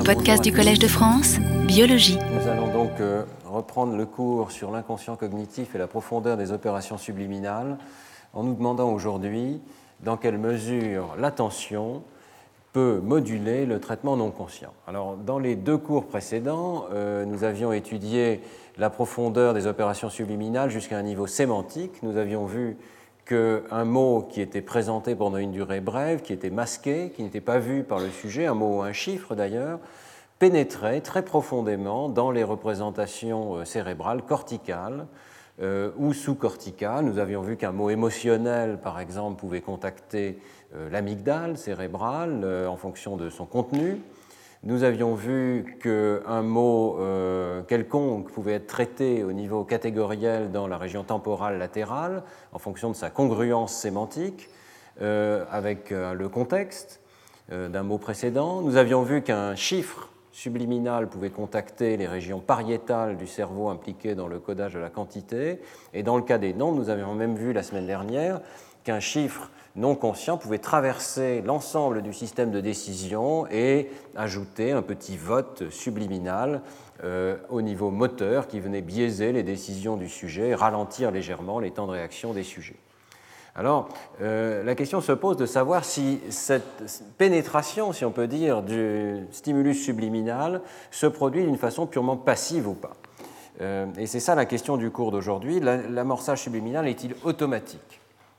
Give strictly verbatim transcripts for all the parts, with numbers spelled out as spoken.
podcasts du Collège de France, Biologie. Nous allons donc euh, reprendre le cours sur l'inconscient cognitif et la profondeur des opérations subliminales en nous demandant aujourd'hui dans quelle mesure l'attention peut moduler le traitement non conscient. Alors, dans les deux cours précédents, euh, nous avions étudié la profondeur des opérations subliminales jusqu'à un niveau sémantique. Nous avions vu qu'un mot qui était présenté pendant une durée brève, qui était masqué, qui n'était pas vu par le sujet, un mot ou un chiffre d'ailleurs, pénétrait très profondément dans les représentations cérébrales corticales euh, ou sous-corticales. Nous avions vu qu'un mot émotionnel, par exemple, pouvait contacter euh, l'amygdale cérébrale euh, en fonction de son contenu. Nous avions vu qu'un mot euh, quelconque pouvait être traité au niveau catégoriel dans la région temporale latérale en fonction de sa congruence sémantique euh, avec euh, le contexte euh, d'un mot précédent. Nous avions vu qu'un chiffre subliminal pouvait contacter les régions pariétales du cerveau impliquées dans le codage de la quantité. Et dans le cas des nombres, nous avions même vu la semaine dernière qu'un chiffre non conscient pouvait traverser l'ensemble du système de décision et ajouter un petit vote subliminal euh, au niveau moteur qui venait biaiser les décisions du sujet et ralentir légèrement les temps de réaction des sujets. Alors, euh, la question se pose de savoir si cette pénétration, si on peut dire, du stimulus subliminal se produit d'une façon purement passive ou pas. Euh, et c'est ça la question du cours d'aujourd'hui. L'amorçage subliminal est-il automatique ?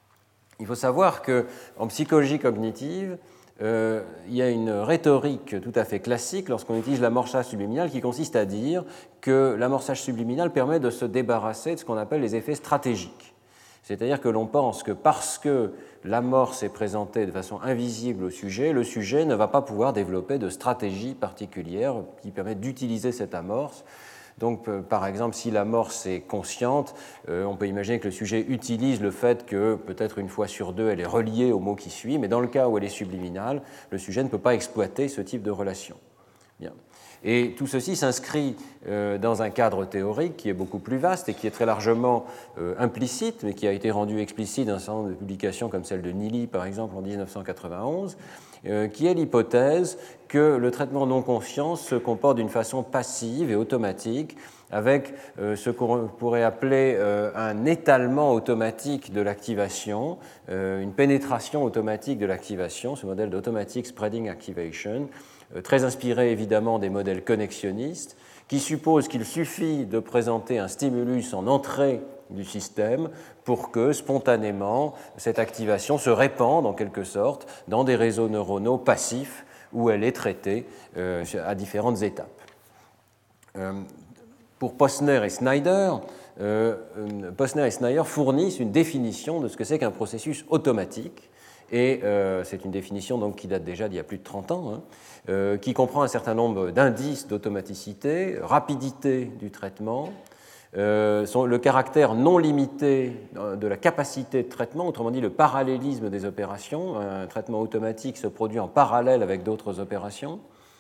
Il faut savoir qu'en psychologie cognitive, euh, il y a une rhétorique tout à fait classique lorsqu'on utilise l'amorçage subliminal qui consiste à dire que l'amorçage subliminal permet de se débarrasser de ce qu'on appelle les effets stratégiques. C'est-à-dire que l'on pense que parce que l'amorce est présentée de façon invisible au sujet, le sujet ne va pas pouvoir développer de stratégie particulière qui permette d'utiliser cette amorce. Donc, par exemple, si l'amorce est consciente, euh, on peut imaginer que le sujet utilise le fait que peut-être une fois sur deux, elle est reliée au mot qui suit, mais dans le cas où elle est subliminale, le sujet ne peut pas exploiter ce type de relation. Bien. Et tout ceci s'inscrit euh, dans un cadre théorique qui est beaucoup plus vaste et qui est très largement euh, implicite, mais qui a été rendu explicite dans un certain nombre de publications comme celle de Neely, par exemple, en dix-neuf cent quatre-vingt-onze, euh, qui est l'hypothèse que le traitement non conscient se comporte d'une façon passive et automatique, avec euh, ce qu'on pourrait appeler euh, un étalement automatique de l'activation, euh, une pénétration automatique de l'activation, ce modèle d'automatic spreading activation, euh, très inspiré évidemment des modèles connexionnistes, qui suppose qu'il suffit de présenter un stimulus en entrée du système pour que spontanément cette activation se répande en quelque sorte dans des réseaux neuronaux passifs où elle est traitée euh, à différentes étapes. Euh, Pour Posner et Snyder, euh, Posner et Snyder fournissent une définition de ce que c'est qu'un processus automatique, et euh, c'est une définition donc, qui date déjà d'il y a plus de trente ans, hein, euh, qui comprend un certain nombre d'indices d'automaticité, rapidité du traitement, euh, son, le caractère non limité de la capacité de traitement, autrement dit le parallélisme des opérations, un traitement automatique se produit en parallèle avec d'autres opérations.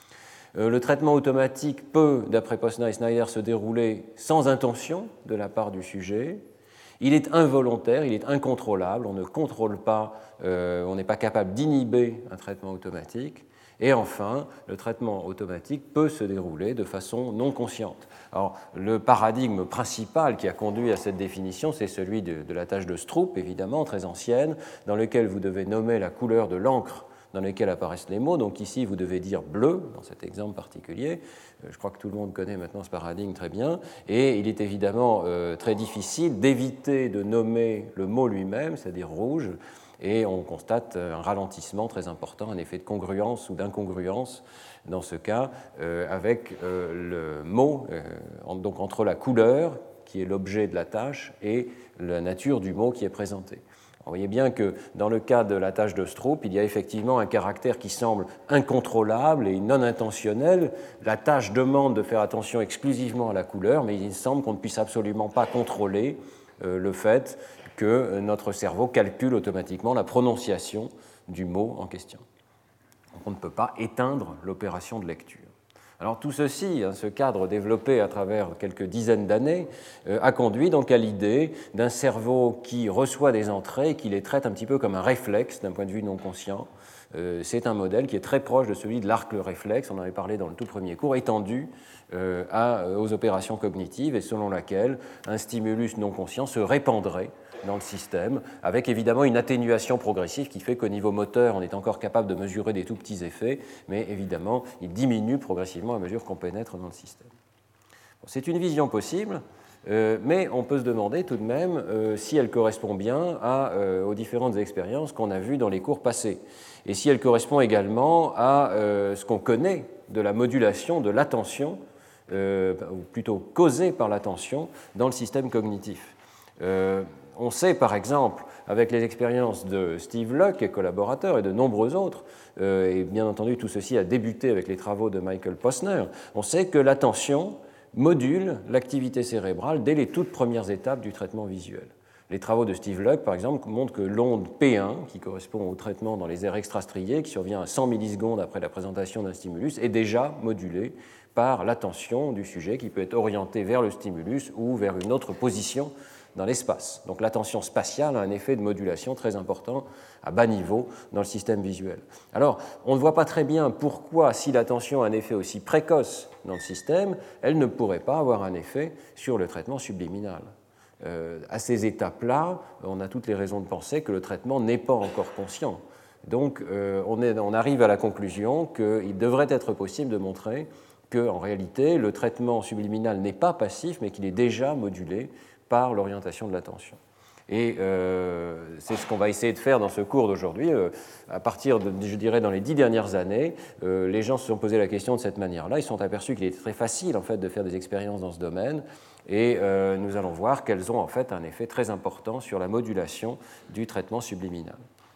Le traitement automatique peut, d'après Posner et Snyder, se dérouler sans intention de la part du sujet. Il est involontaire, il est incontrôlable, on ne contrôle pas, euh, on n'est pas capable d'inhiber un traitement automatique. Et enfin, le traitement automatique peut se dérouler de façon non consciente. Alors, le paradigme principal qui a conduit à cette définition, c'est celui de, de la tâche de Stroop, évidemment, très ancienne, dans lequel vous devez nommer la couleur de l'encre dans lesquels apparaissent les mots. Donc ici, vous devez dire bleu, dans cet exemple particulier. Je crois que tout le monde connaît maintenant ce paradigme très bien. Et il est évidemment euh, très difficile d'éviter de nommer le mot lui-même, c'est-à-dire rouge, et on constate un ralentissement très important, un effet de congruence ou d'incongruence, dans ce cas, euh, avec euh, le mot, euh, donc entre la couleur, qui est l'objet de la tâche, et la nature du mot qui est présenté. Vous voyez bien que dans le cas de la tâche de Stroop, il y a effectivement un caractère qui semble incontrôlable et non intentionnel. La tâche demande de faire attention exclusivement à la couleur, mais il semble qu'on ne puisse absolument pas contrôler euh, le fait que notre cerveau calcule automatiquement la prononciation du mot en question. Donc on ne peut pas éteindre l'opération de lecture. Alors tout ceci, ce cadre développé à travers quelques dizaines d'années, a conduit donc à l'idée d'un cerveau qui reçoit des entrées et qui les traite un petit peu comme un réflexe d'un point de vue non conscient, Euh, c'est un modèle qui est très proche de celui de l'arc réflexe, on en avait parlé dans le tout premier cours, étendu euh, à, aux opérations cognitives et selon laquelle un stimulus non conscient se répandrait dans le système, avec évidemment une atténuation progressive qui fait qu'au niveau moteur, on est encore capable de mesurer des tout petits effets, mais évidemment, il diminue progressivement à mesure qu'on pénètre dans le système. Bon, c'est une vision possible, euh, mais on peut se demander tout de même euh, si elle correspond bien à, euh, aux différentes expériences qu'on a vues dans les cours passés, et si elle correspond également à euh, ce qu'on connaît de la modulation de l'attention, euh, ou plutôt causée par l'attention, dans le système cognitif. Euh, On sait par exemple, avec les expériences de Steve Luck et collaborateurs et de nombreux autres, euh, et bien entendu tout ceci a débuté avec les travaux de Michael Posner, on sait que l'attention module l'activité cérébrale dès les toutes premières étapes du traitement visuel. Les travaux de Steve Luck, par exemple, montrent que l'onde P un, qui correspond au traitement dans les aires extrastriées, qui survient à cent millisecondes après la présentation d'un stimulus, est déjà modulée par l'attention du sujet qui peut être orientée vers le stimulus ou vers une autre position dans l'espace. Donc l'attention spatiale a un effet de modulation très important à bas niveau dans le système visuel. Alors, on ne voit pas très bien pourquoi, si l'attention a un effet aussi précoce dans le système, elle ne pourrait pas avoir un effet sur le traitement subliminal. Euh, à ces étapes-là, on a toutes les raisons de penser que le traitement n'est pas encore conscient. Donc, euh, on, est, on arrive à la conclusion qu'il devrait être possible de montrer qu'en réalité, le traitement subliminal n'est pas passif, mais qu'il est déjà modulé par l'orientation de l'attention. Et euh, c'est ce qu'on va essayer de faire dans ce cours d'aujourd'hui. Euh, à partir de, je dirais, dans les dix dernières années, euh, les gens se sont posé la question de cette manière-là. Ils se sont aperçus qu'il était très facile en fait, de faire des expériences dans ce domaine. Et euh, nous allons voir qu'elles ont en fait un effet très important sur la modulation du traitement subliminal.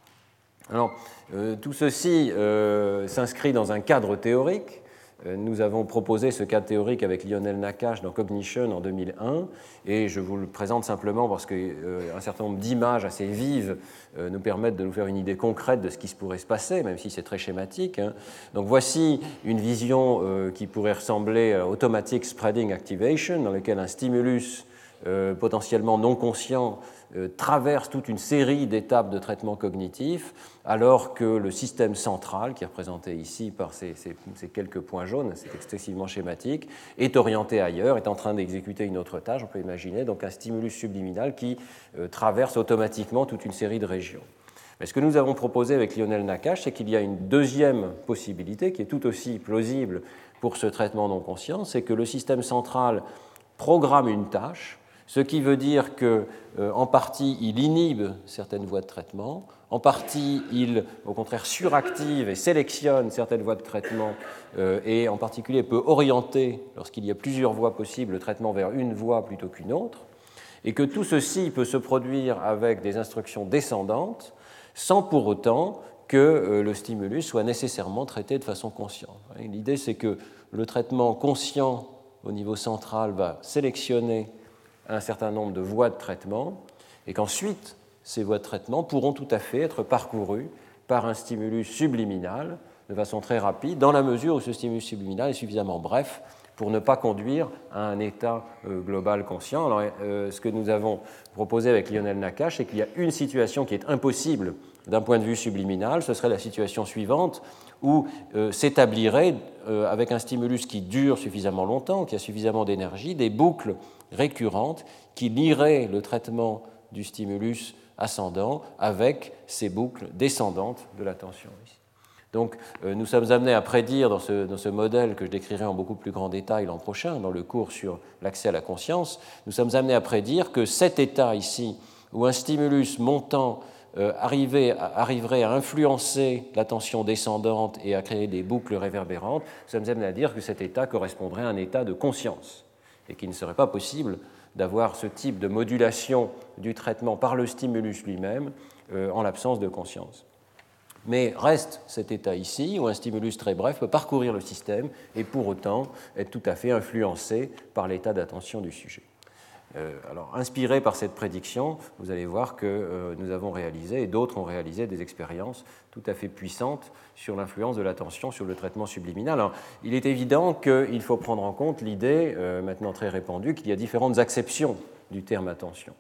Alors, euh, tout ceci euh, s'inscrit dans un cadre théorique. Nous avons proposé ce cadre théorique avec Lionel Nakache dans Cognition en deux mille un, et je vous le présente simplement parce qu'un euh, certain nombre d'images assez vives euh, nous permettent de nous faire une idée concrète de ce qui se pourrait se passer, même si c'est très schématique. Hein. Donc voici une vision euh, qui pourrait ressembler à Automatic Spreading Activation, dans laquelle un stimulus euh, potentiellement non conscient euh, traverse toute une série d'étapes de traitement cognitif, alors que le système central, qui est représenté ici par ces, ces, ces quelques points jaunes, c'est excessivement schématique, est orienté ailleurs, est en train d'exécuter une autre tâche, on peut imaginer, donc un stimulus subliminal qui euh, traverse automatiquement toute une série de régions. Mais ce que nous avons proposé avec Lionel Nakache, c'est qu'il y a une deuxième possibilité qui est tout aussi plausible pour ce traitement non conscient, c'est que le système central programme une tâche, ce qui veut dire que, euh, en partie, il inhibe certaines voies de traitement, en partie, il, au contraire, suractive et sélectionne certaines voies de traitement, euh, et en particulier peut orienter, lorsqu'il y a plusieurs voies possibles, le traitement vers une voie plutôt qu'une autre, et que tout ceci peut se produire avec des instructions descendantes, sans pour autant que euh, le stimulus soit nécessairement traité de façon consciente. L'idée, c'est que le traitement conscient au niveau central va sélectionner un certain nombre de voies de traitement et qu'ensuite, ces voies de traitement pourront tout à fait être parcourues par un stimulus subliminal de façon très rapide, dans la mesure où ce stimulus subliminal est suffisamment bref pour ne pas conduire à un état euh, global conscient. Alors, euh, ce que nous avons proposé avec Lionel Nakache, c'est qu'il y a une situation qui est impossible d'un point de vue subliminal, ce serait la situation suivante, où euh, s'établirait, euh, avec un stimulus qui dure suffisamment longtemps, qui a suffisamment d'énergie, des boucles récurrentes qui lieraient le traitement du stimulus ascendant avec ces boucles descendantes de l'attention. Donc euh, nous sommes amenés à prédire dans ce, dans ce modèle que je décrirai en beaucoup plus grand détail l'an prochain, dans le cours sur l'accès à la conscience, nous sommes amenés à prédire que cet état ici, où un stimulus montant euh, arrivait, arriverait à influencer l'attention descendante et à créer des boucles réverbérantes, nous sommes amenés à dire que cet état correspondrait à un état de conscience et qu'il ne serait pas possible d'avoir ce type de modulation du traitement par le stimulus lui-même euh, en l'absence de conscience. Mais reste cet état ici, où un stimulus très bref peut parcourir le système et pour autant être tout à fait influencé par l'état d'attention du sujet. Euh, alors, inspiré par cette prédiction, vous allez voir que euh, nous avons réalisé, et d'autres ont réalisé, des expériences tout à fait puissantes sur l'influence de l'attention sur le traitement subliminal. Alors, il est évident qu'il faut prendre en compte l'idée, euh, maintenant très répandue, qu'il y a différentes acceptions du terme attention.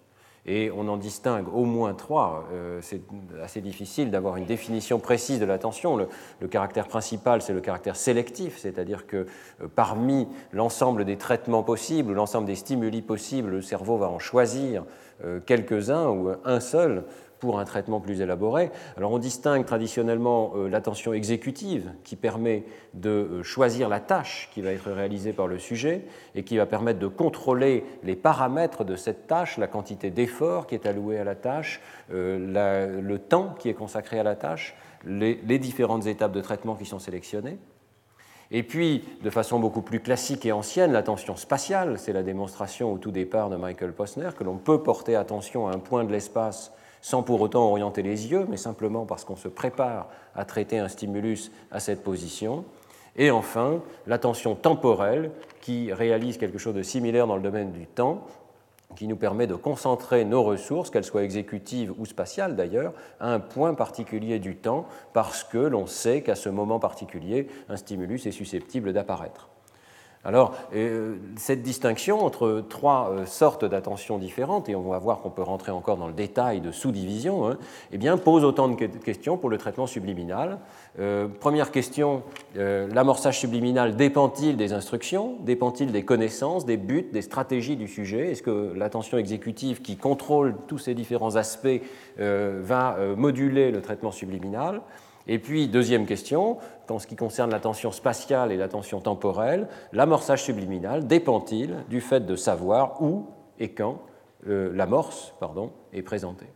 Et on en distingue au moins trois. Euh, c'est assez difficile d'avoir une définition précise de l'attention. Le, le caractère principal, c'est le caractère sélectif, c'est-à-dire que euh, parmi l'ensemble des traitements possibles, l'ensemble des stimuli possibles, le cerveau va en choisir euh, quelques-uns ou un seul pour un traitement plus élaboré. Alors on distingue traditionnellement euh, l'attention exécutive qui permet de euh, choisir la tâche qui va être réalisée par le sujet et qui va permettre de contrôler les paramètres de cette tâche, la quantité d'effort qui est allouée à la tâche, euh, la, le temps qui est consacré à la tâche, les, les différentes étapes de traitement qui sont sélectionnées. Et puis, de façon beaucoup plus classique et ancienne, l'attention spatiale, c'est la démonstration au tout départ de Michael Posner que l'on peut porter attention à un point de l'espace sans pour autant orienter les yeux, mais simplement parce qu'on se prépare à traiter un stimulus à cette position. Et enfin, l'attention temporelle, qui réalise quelque chose de similaire dans le domaine du temps, qui nous permet de concentrer nos ressources, qu'elles soient exécutives ou spatiales d'ailleurs, à un point particulier du temps, parce que l'on sait qu'à ce moment particulier, un stimulus est susceptible d'apparaître. Alors, euh, cette distinction entre trois euh, sortes d'attention différentes, et on va voir qu'on peut rentrer encore dans le détail de sous-division, hein, eh bien, pose autant de questions pour le traitement subliminal. Euh, première question, euh, l'amorçage subliminal dépend-il des instructions? Dépend-il des connaissances, des buts, des stratégies du sujet? Est-ce que l'attention exécutive qui contrôle tous ces différents aspects euh, va euh, moduler le traitement subliminal? Et puis, deuxième question, en ce qui concerne l'attention spatiale et l'attention temporelle, l'amorçage subliminal dépend-il du fait de savoir où et quand euh, l'amorce pardon, est présentée?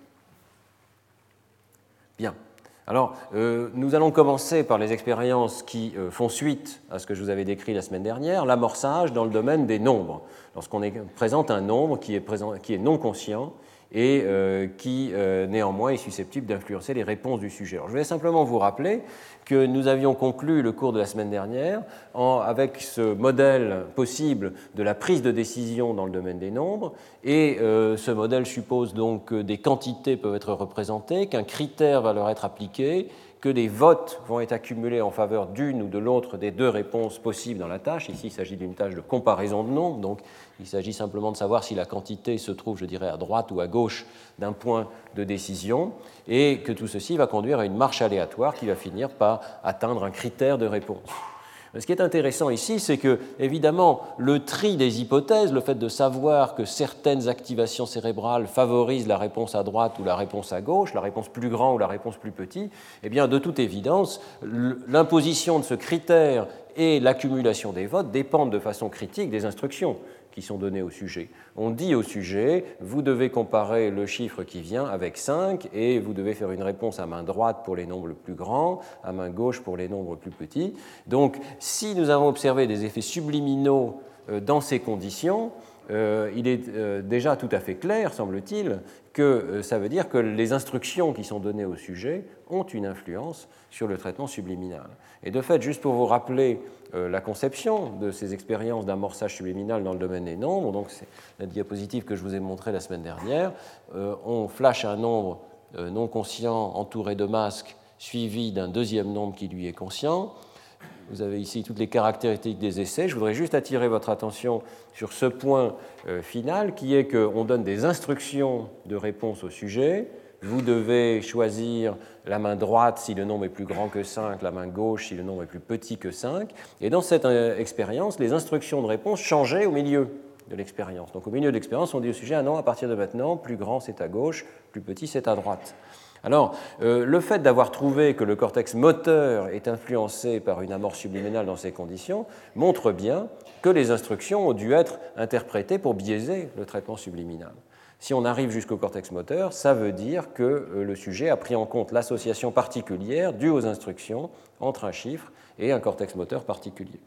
Bien. Alors, euh, nous allons commencer par les expériences qui euh, font suite à ce que je vous avais décrit la semaine dernière, l'amorçage dans le domaine des nombres. Lorsqu'on présente un nombre qui est, présent, qui est non conscient, et euh, qui, euh, néanmoins, est susceptible d'influencer les réponses du sujet. Alors, je vais simplement vous rappeler que nous avions conclu le cours de la semaine dernière en, avec ce modèle possible de la prise de décision dans le domaine des nombres, et euh, ce modèle suppose donc que des quantités peuvent être représentées, qu'un critère va leur être appliqué, que des votes vont être accumulés en faveur d'une ou de l'autre des deux réponses possibles dans la tâche. Ici, il s'agit d'une tâche de comparaison de nombres, donc il s'agit simplement de savoir si la quantité se trouve, je dirais, à droite ou à gauche d'un point de décision, et que tout ceci va conduire à une marche aléatoire qui va finir par atteindre un critère de réponse. Ce qui est intéressant ici, c'est que, évidemment, le tri des hypothèses, le fait de savoir que certaines activations cérébrales favorisent la réponse à droite ou la réponse à gauche, la réponse plus grande ou la réponse plus petite, eh bien, de toute évidence, l'imposition de ce critère et l'accumulation des votes dépendent de façon critique des instructions qui sont données au sujet. On dit au sujet, vous devez comparer le chiffre qui vient avec cinq et vous devez faire une réponse à main droite pour les nombres plus grands, à main gauche pour les nombres plus petits. Donc, si nous avons observé des effets subliminaux dans ces conditions, euh, il est euh, déjà tout à fait clair, semble-t-il, que euh, ça veut dire que les instructions qui sont données au sujet ont une influence sur le traitement subliminal. Et de fait, juste pour vous rappeler euh, la conception de ces expériences d'amorçage subliminal dans le domaine des nombres, donc c'est la diapositive que je vous ai montrée la semaine dernière, euh, on flash un nombre euh, non conscient entouré de masques suivi d'un deuxième nombre qui lui est conscient. Vous avez ici toutes les caractéristiques des essais. Je voudrais juste attirer votre attention sur ce point euh, final qui est qu'on donne des instructions de réponse au sujet. Vous devez choisir la main droite si le nombre est plus grand que cinq, la main gauche si le nombre est plus petit que cinq. Et dans cette euh, expérience, les instructions de réponse changeaient au milieu de l'expérience. Donc au milieu de l'expérience, on dit au sujet, ah non, à partir de maintenant, plus grand c'est à gauche, plus petit c'est à droite. Alors, euh, le fait d'avoir trouvé que le cortex moteur est influencé par une amorce subliminale dans ces conditions montre bien que les instructions ont dû être interprétées pour biaiser le traitement subliminal. Si on arrive jusqu'au cortex moteur, ça veut dire que euh, le sujet a pris en compte l'association particulière due aux instructions entre un chiffre et un cortex moteur particulier.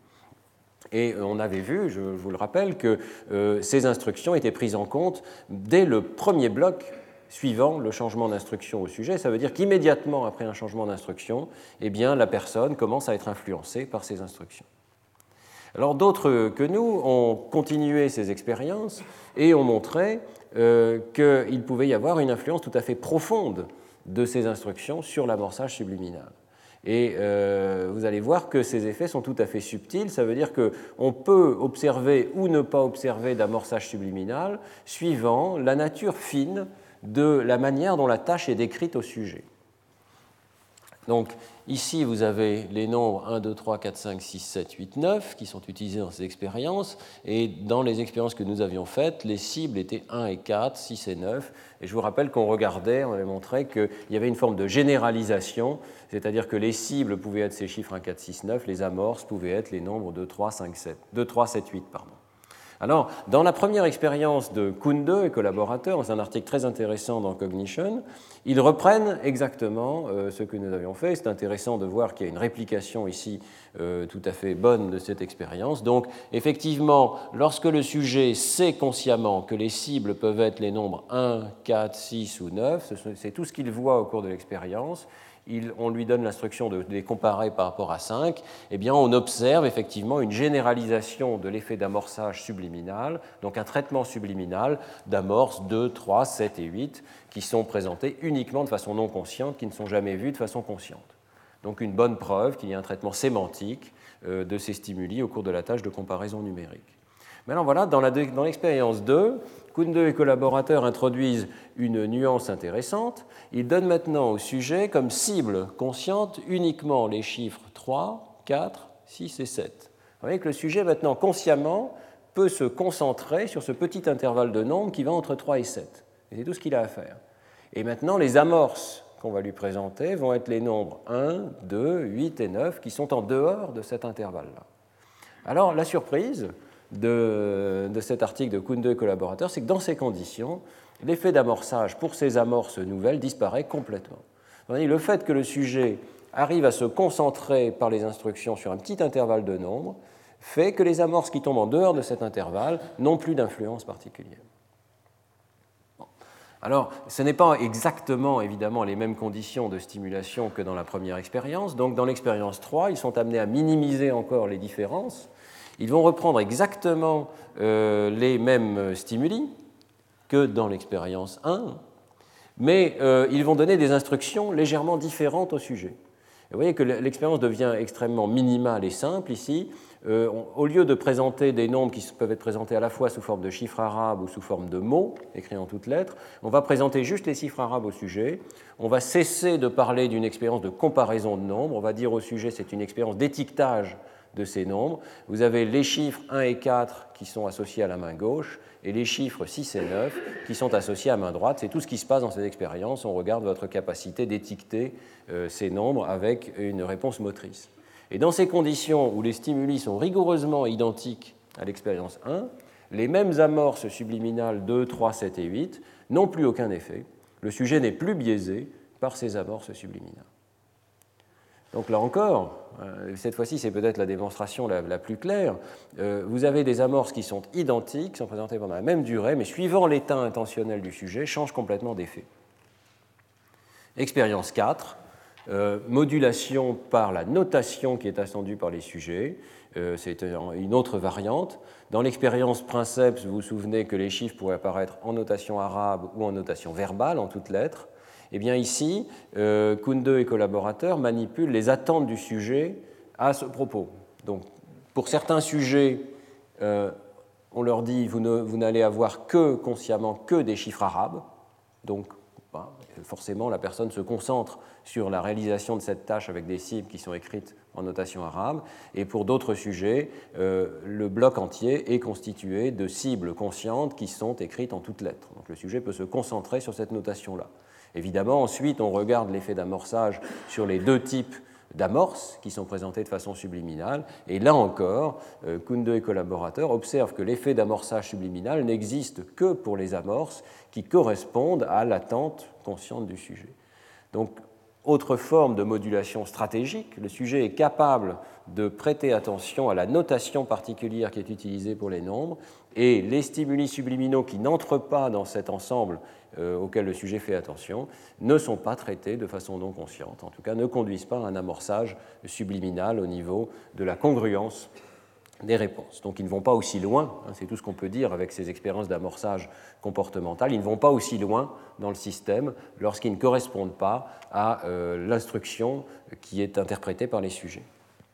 Et on avait vu, je vous le rappelle, que euh, ces instructions étaient prises en compte dès le premier bloc suivant le changement d'instruction au sujet. Ça veut dire qu'immédiatement après un changement d'instruction, eh bien, la personne commence à être influencée par ces instructions. Alors d'autres que nous ont continué ces expériences et ont montré euh, qu'il pouvait y avoir une influence tout à fait profonde de ces instructions sur l'amorçage subliminal. Et euh, vous allez voir que ces effets sont tout à fait subtils. Ça veut dire qu'on peut observer ou ne pas observer d'amorçage subliminal suivant la nature fine de la manière dont la tâche est décrite au sujet. Donc ici, vous avez les nombres un, deux, trois, quatre, cinq, six, sept, huit, neuf qui sont utilisés dans ces expériences. Et dans les expériences que nous avions faites, les cibles étaient un et quatre, six et neuf. Et je vous rappelle qu'on regardait, on avait montré qu'il y avait une forme de généralisation, c'est-à-dire que les cibles pouvaient être ces chiffres un, quatre, six, neuf, les amorces pouvaient être les nombres deux, trois, cinq, sept, deux, trois, sept, huit. Pardon. Alors, dans la première expérience de Kunde et collaborateurs, c'est un article très intéressant dans Cognition, ils reprennent exactement euh, ce que nous avions fait. C'est intéressant de voir qu'il y a une réplication ici euh, tout à fait bonne de cette expérience. Donc, effectivement, lorsque le sujet sait consciemment que les cibles peuvent être les nombres un, quatre, six ou neuf, c'est tout ce qu'il voit au cours de l'expérience, Il, on lui donne l'instruction de, de les comparer par rapport à cinq, eh bien on observe effectivement une généralisation de l'effet d'amorçage subliminal, donc un traitement subliminal d'amorces deux, trois, sept et huit qui sont présentés uniquement de façon non consciente, qui ne sont jamais vus de façon consciente. Donc une bonne preuve qu'il y a un traitement sémantique euh, de ces stimuli au cours de la tâche de comparaison numérique. Maintenant voilà, dans, la, dans l'expérience deux, Kunde et collaborateurs introduisent une nuance intéressante. Ils donnent maintenant au sujet comme cible consciente uniquement les chiffres trois, quatre, six et sept. Vous voyez que le sujet maintenant consciemment peut se concentrer sur ce petit intervalle de nombres qui va entre trois et sept. Et c'est tout ce qu'il a à faire. Et maintenant, les amorces qu'on va lui présenter vont être les nombres un, deux, huit et neuf qui sont en dehors de cet intervalle-là. Alors, la surprise de, de cet article de Kunde et collaborateurs, c'est que dans ces conditions, l'effet d'amorçage pour ces amorces nouvelles disparaît complètement. Le fait que le sujet arrive à se concentrer par les instructions sur un petit intervalle de nombres fait que les amorces qui tombent en dehors de cet intervalle n'ont plus d'influence particulière. Bon. Alors, ce n'est pas exactement, évidemment, les mêmes conditions de stimulation que dans la première expérience. Donc, dans l'expérience trois, ils sont amenés à minimiser encore les différences. Ils vont reprendre exactement euh, les mêmes stimuli que dans l'expérience un, mais euh, ils vont donner des instructions légèrement différentes au sujet. Et vous voyez que l'expérience devient extrêmement minimale et simple ici. Euh, on, au lieu de présenter des nombres qui peuvent être présentés à la fois sous forme de chiffres arabes ou sous forme de mots, écrits en toutes lettres, on va présenter juste les chiffres arabes au sujet. On va cesser de parler d'une expérience de comparaison de nombres. On va dire au sujet c'est une expérience d'étiquetage de ces nombres. Vous avez les chiffres un et quatre qui sont associés à la main gauche et les chiffres six et neuf qui sont associés à la main droite. C'est tout ce qui se passe dans cette expérience. On regarde votre capacité d'étiqueter euh, ces nombres avec une réponse motrice. Et dans ces conditions où les stimuli sont rigoureusement identiques à l'expérience un, les mêmes amorces subliminales deux, trois, sept et huit n'ont plus aucun effet. Le sujet n'est plus biaisé par ces amorces subliminales. Donc là encore, cette fois-ci c'est peut-être la démonstration la, la plus claire, vous avez des amorces qui sont identiques, qui sont présentées pendant la même durée, mais suivant l'état intentionnel du sujet, changent complètement d'effet. Expérience quatre, euh, modulation par la notation qui est attendue par les sujets, euh, c'est une autre variante. Dans l'expérience Princeps, vous vous souvenez que les chiffres pourraient apparaître en notation arabe ou en notation verbale, en toutes lettres. Eh bien ici, euh, Kunde et collaborateurs manipulent les attentes du sujet à ce propos. Donc, pour certains sujets, euh, on leur dit vous, ne, vous n'allez avoir que consciemment que des chiffres arabes. Donc, bah, forcément, la personne se concentre sur la réalisation de cette tâche avec des cibles qui sont écrites en notation arabe. Et pour d'autres sujets, euh, le bloc entier est constitué de cibles conscientes qui sont écrites en toutes lettres. Donc, le sujet peut se concentrer sur cette notation-là. Évidemment, ensuite, on regarde l'effet d'amorçage sur les deux types d'amorces qui sont présentées de façon subliminale. Et là encore, Kunde et collaborateurs observent que l'effet d'amorçage subliminal n'existe que pour les amorces qui correspondent à l'attente consciente du sujet. Donc, autre forme de modulation stratégique, le sujet est capable de prêter attention à la notation particulière qui est utilisée pour les nombres, et les stimuli subliminaux qui n'entrent pas dans cet ensemble euh, auquel le sujet fait attention ne sont pas traités de façon non consciente, en tout cas ne conduisent pas à un amorçage subliminal au niveau de la congruence des réponses. Donc ils ne vont pas aussi loin, hein, c'est tout ce qu'on peut dire avec ces expériences d'amorçage comportemental, ils ne vont pas aussi loin dans le système lorsqu'ils ne correspondent pas à euh, l'instruction qui est interprétée par les sujets.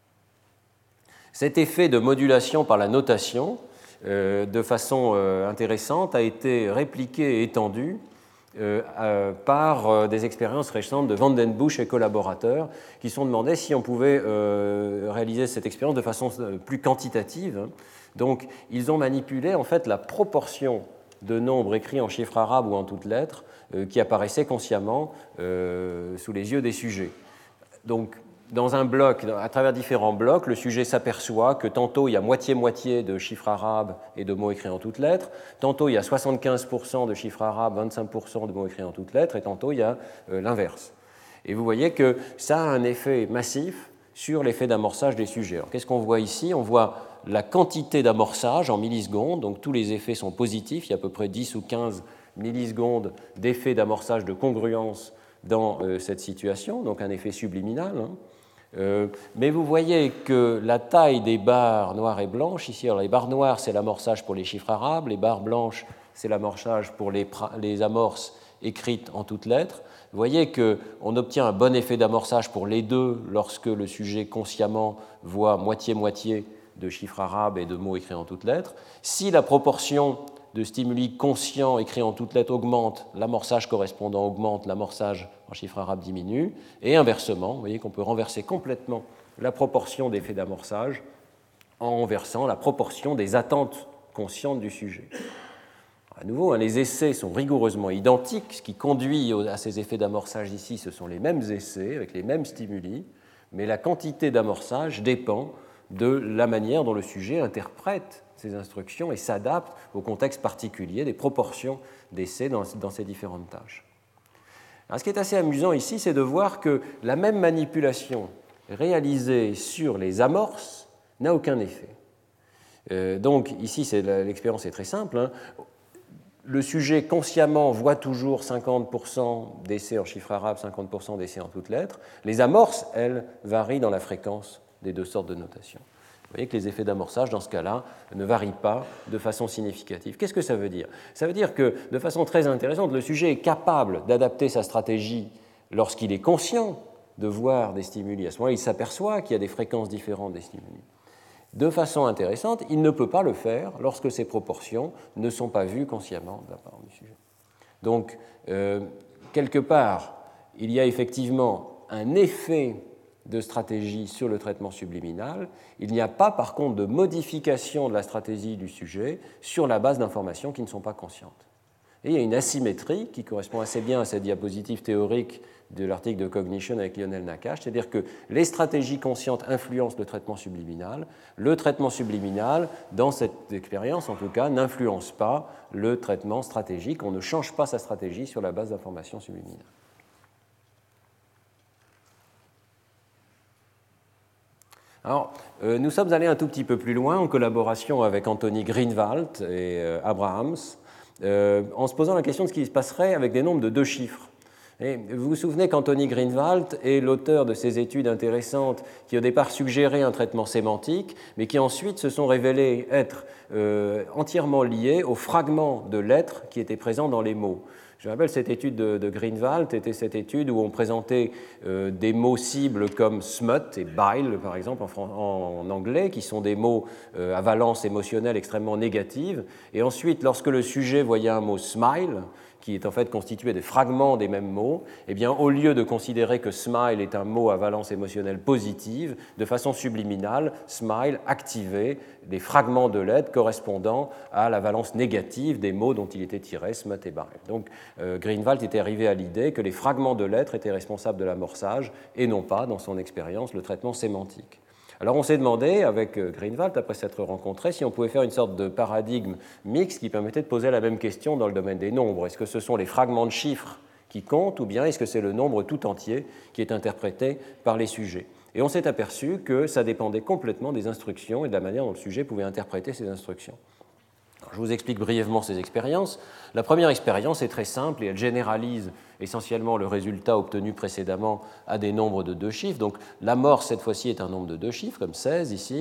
Cet effet de modulation par la notation, euh, de façon euh, intéressante, a été répliqué et étendu euh, euh, par euh, des expériences récentes de Van den Busch et collaborateurs qui se sont demandé si on pouvait euh, réaliser cette expérience de façon plus quantitative. Donc, ils ont manipulé en fait la proportion de nombres écrits en chiffres arabes ou en toutes lettres euh, qui apparaissaient consciemment euh, sous les yeux des sujets. Donc, dans un bloc, à travers différents blocs, le sujet s'aperçoit que tantôt il y a moitié-moitié de chiffres arabes et de mots écrits en toutes lettres, tantôt il y a soixante-quinze pour cent de chiffres arabes, vingt-cinq pour cent de mots écrits en toutes lettres, et tantôt il y a euh, l'inverse. Et vous voyez que ça a un effet massif sur l'effet d'amorçage des sujets. Alors, qu'est-ce qu'on voit ici? On voit la quantité d'amorçage en millisecondes, donc tous les effets sont positifs, il y a à peu près dix ou quinze millisecondes d'effet d'amorçage de congruence dans euh, cette situation, donc un effet subliminal. Hein. Euh, mais vous voyez que la taille des barres noires et blanches, ici, alors les barres noires, c'est l'amorçage pour les chiffres arabes, les barres blanches, c'est l'amorçage pour les, les amorces écrites en toutes lettres. Vous voyez qu'on obtient un bon effet d'amorçage pour les deux lorsque le sujet consciemment voit moitié-moitié de chiffres arabes et de mots écrits en toutes lettres. Si la proportion de stimuli conscients écrits en toutes lettres augmente, l'amorçage correspondant augmente, l'amorçage en chiffres arabes diminue, et inversement, vous voyez qu'on peut renverser complètement la proportion d'effets d'amorçage en renversant la proportion des attentes conscientes du sujet. À nouveau, hein, les essais sont rigoureusement identiques, ce qui conduit à ces effets d'amorçage ici, ce sont les mêmes essais avec les mêmes stimuli, mais la quantité d'amorçage dépend de la manière dont le sujet interprète ces instructions et s'adapte au contexte particulier des proportions d'essais dans, dans ces différentes tâches. Alors, ce qui est assez amusant ici, c'est de voir que la même manipulation réalisée sur les amorces n'a aucun effet. Euh, donc ici, c'est, l'expérience est très simple. Hein. Le sujet consciemment voit toujours cinquante pour cent d'essais en chiffres arabes, cinquante pour cent d'essais en toutes lettres. Les amorces, elles, varient dans la fréquence des deux sortes de notation. Vous voyez que les effets d'amorçage, dans ce cas-là, ne varient pas de façon significative. Qu'est-ce que ça veut dire? Ça veut dire que, de façon très intéressante, le sujet est capable d'adapter sa stratégie lorsqu'il est conscient de voir des stimuli. À ce moment-là, il s'aperçoit qu'il y a des fréquences différentes des stimuli. De façon intéressante, il ne peut pas le faire lorsque ces proportions ne sont pas vues consciemment de la part du sujet. Donc, euh, quelque part, il y a effectivement un effet de stratégie sur le traitement subliminal. Il n'y a pas, par contre, de modification de la stratégie du sujet sur la base d'informations qui ne sont pas conscientes. Et il y a une asymétrie qui correspond assez bien à cette diapositive théorique de l'article de Cognition avec Lionel Nakache, c'est-à-dire que les stratégies conscientes influencent le traitement subliminal. Le traitement subliminal, dans cette expérience en tout cas, n'influence pas le traitement stratégique. On ne change pas sa stratégie sur la base d'informations subliminales. Alors, euh, nous sommes allés un tout petit peu plus loin en collaboration avec Anthony Greenwald et euh, Abrahams, euh, en se posant la question de ce qui se passerait avec des nombres de deux chiffres. Et vous vous souvenez qu'Anthony Greenwald est l'auteur de ces études intéressantes qui au départ suggéraient un traitement sémantique, mais qui ensuite se sont révélées être euh, entièrement liées aux fragments de lettres qui étaient présents dans les mots. Je rappelle, cette étude de, de Greenwald était cette étude où on présentait euh, des mots cibles comme smut et bile, par exemple, en, en anglais, qui sont des mots euh, à valence émotionnelle extrêmement négative. Et ensuite, lorsque le sujet voyait un mot smile, qui est en fait constitué des fragments des mêmes mots, eh bien, au lieu de considérer que smile est un mot à valence émotionnelle positive, de façon subliminale, smile activait des fragments de lettres correspondant à la valence négative des mots dont il était tiré, smut et bile. Donc, euh, Greenwald était arrivé à l'idée que les fragments de lettres étaient responsables de l'amorçage et non pas, dans son expérience, le traitement sémantique. Alors on s'est demandé, avec Greenwald, après s'être rencontrés, si on pouvait faire une sorte de paradigme mixte qui permettait de poser la même question dans le domaine des nombres. Est-ce que ce sont les fragments de chiffres qui comptent ou bien est-ce que c'est le nombre tout entier qui est interprété par les sujets? Et on s'est aperçu que ça dépendait complètement des instructions et de la manière dont le sujet pouvait interpréter ces instructions. Alors, je vous explique brièvement ces expériences. La première expérience est très simple et elle généralise essentiellement le résultat obtenu précédemment à des nombres de deux chiffres. Donc l'amorce, cette fois-ci, est un nombre de deux chiffres, comme seize ici.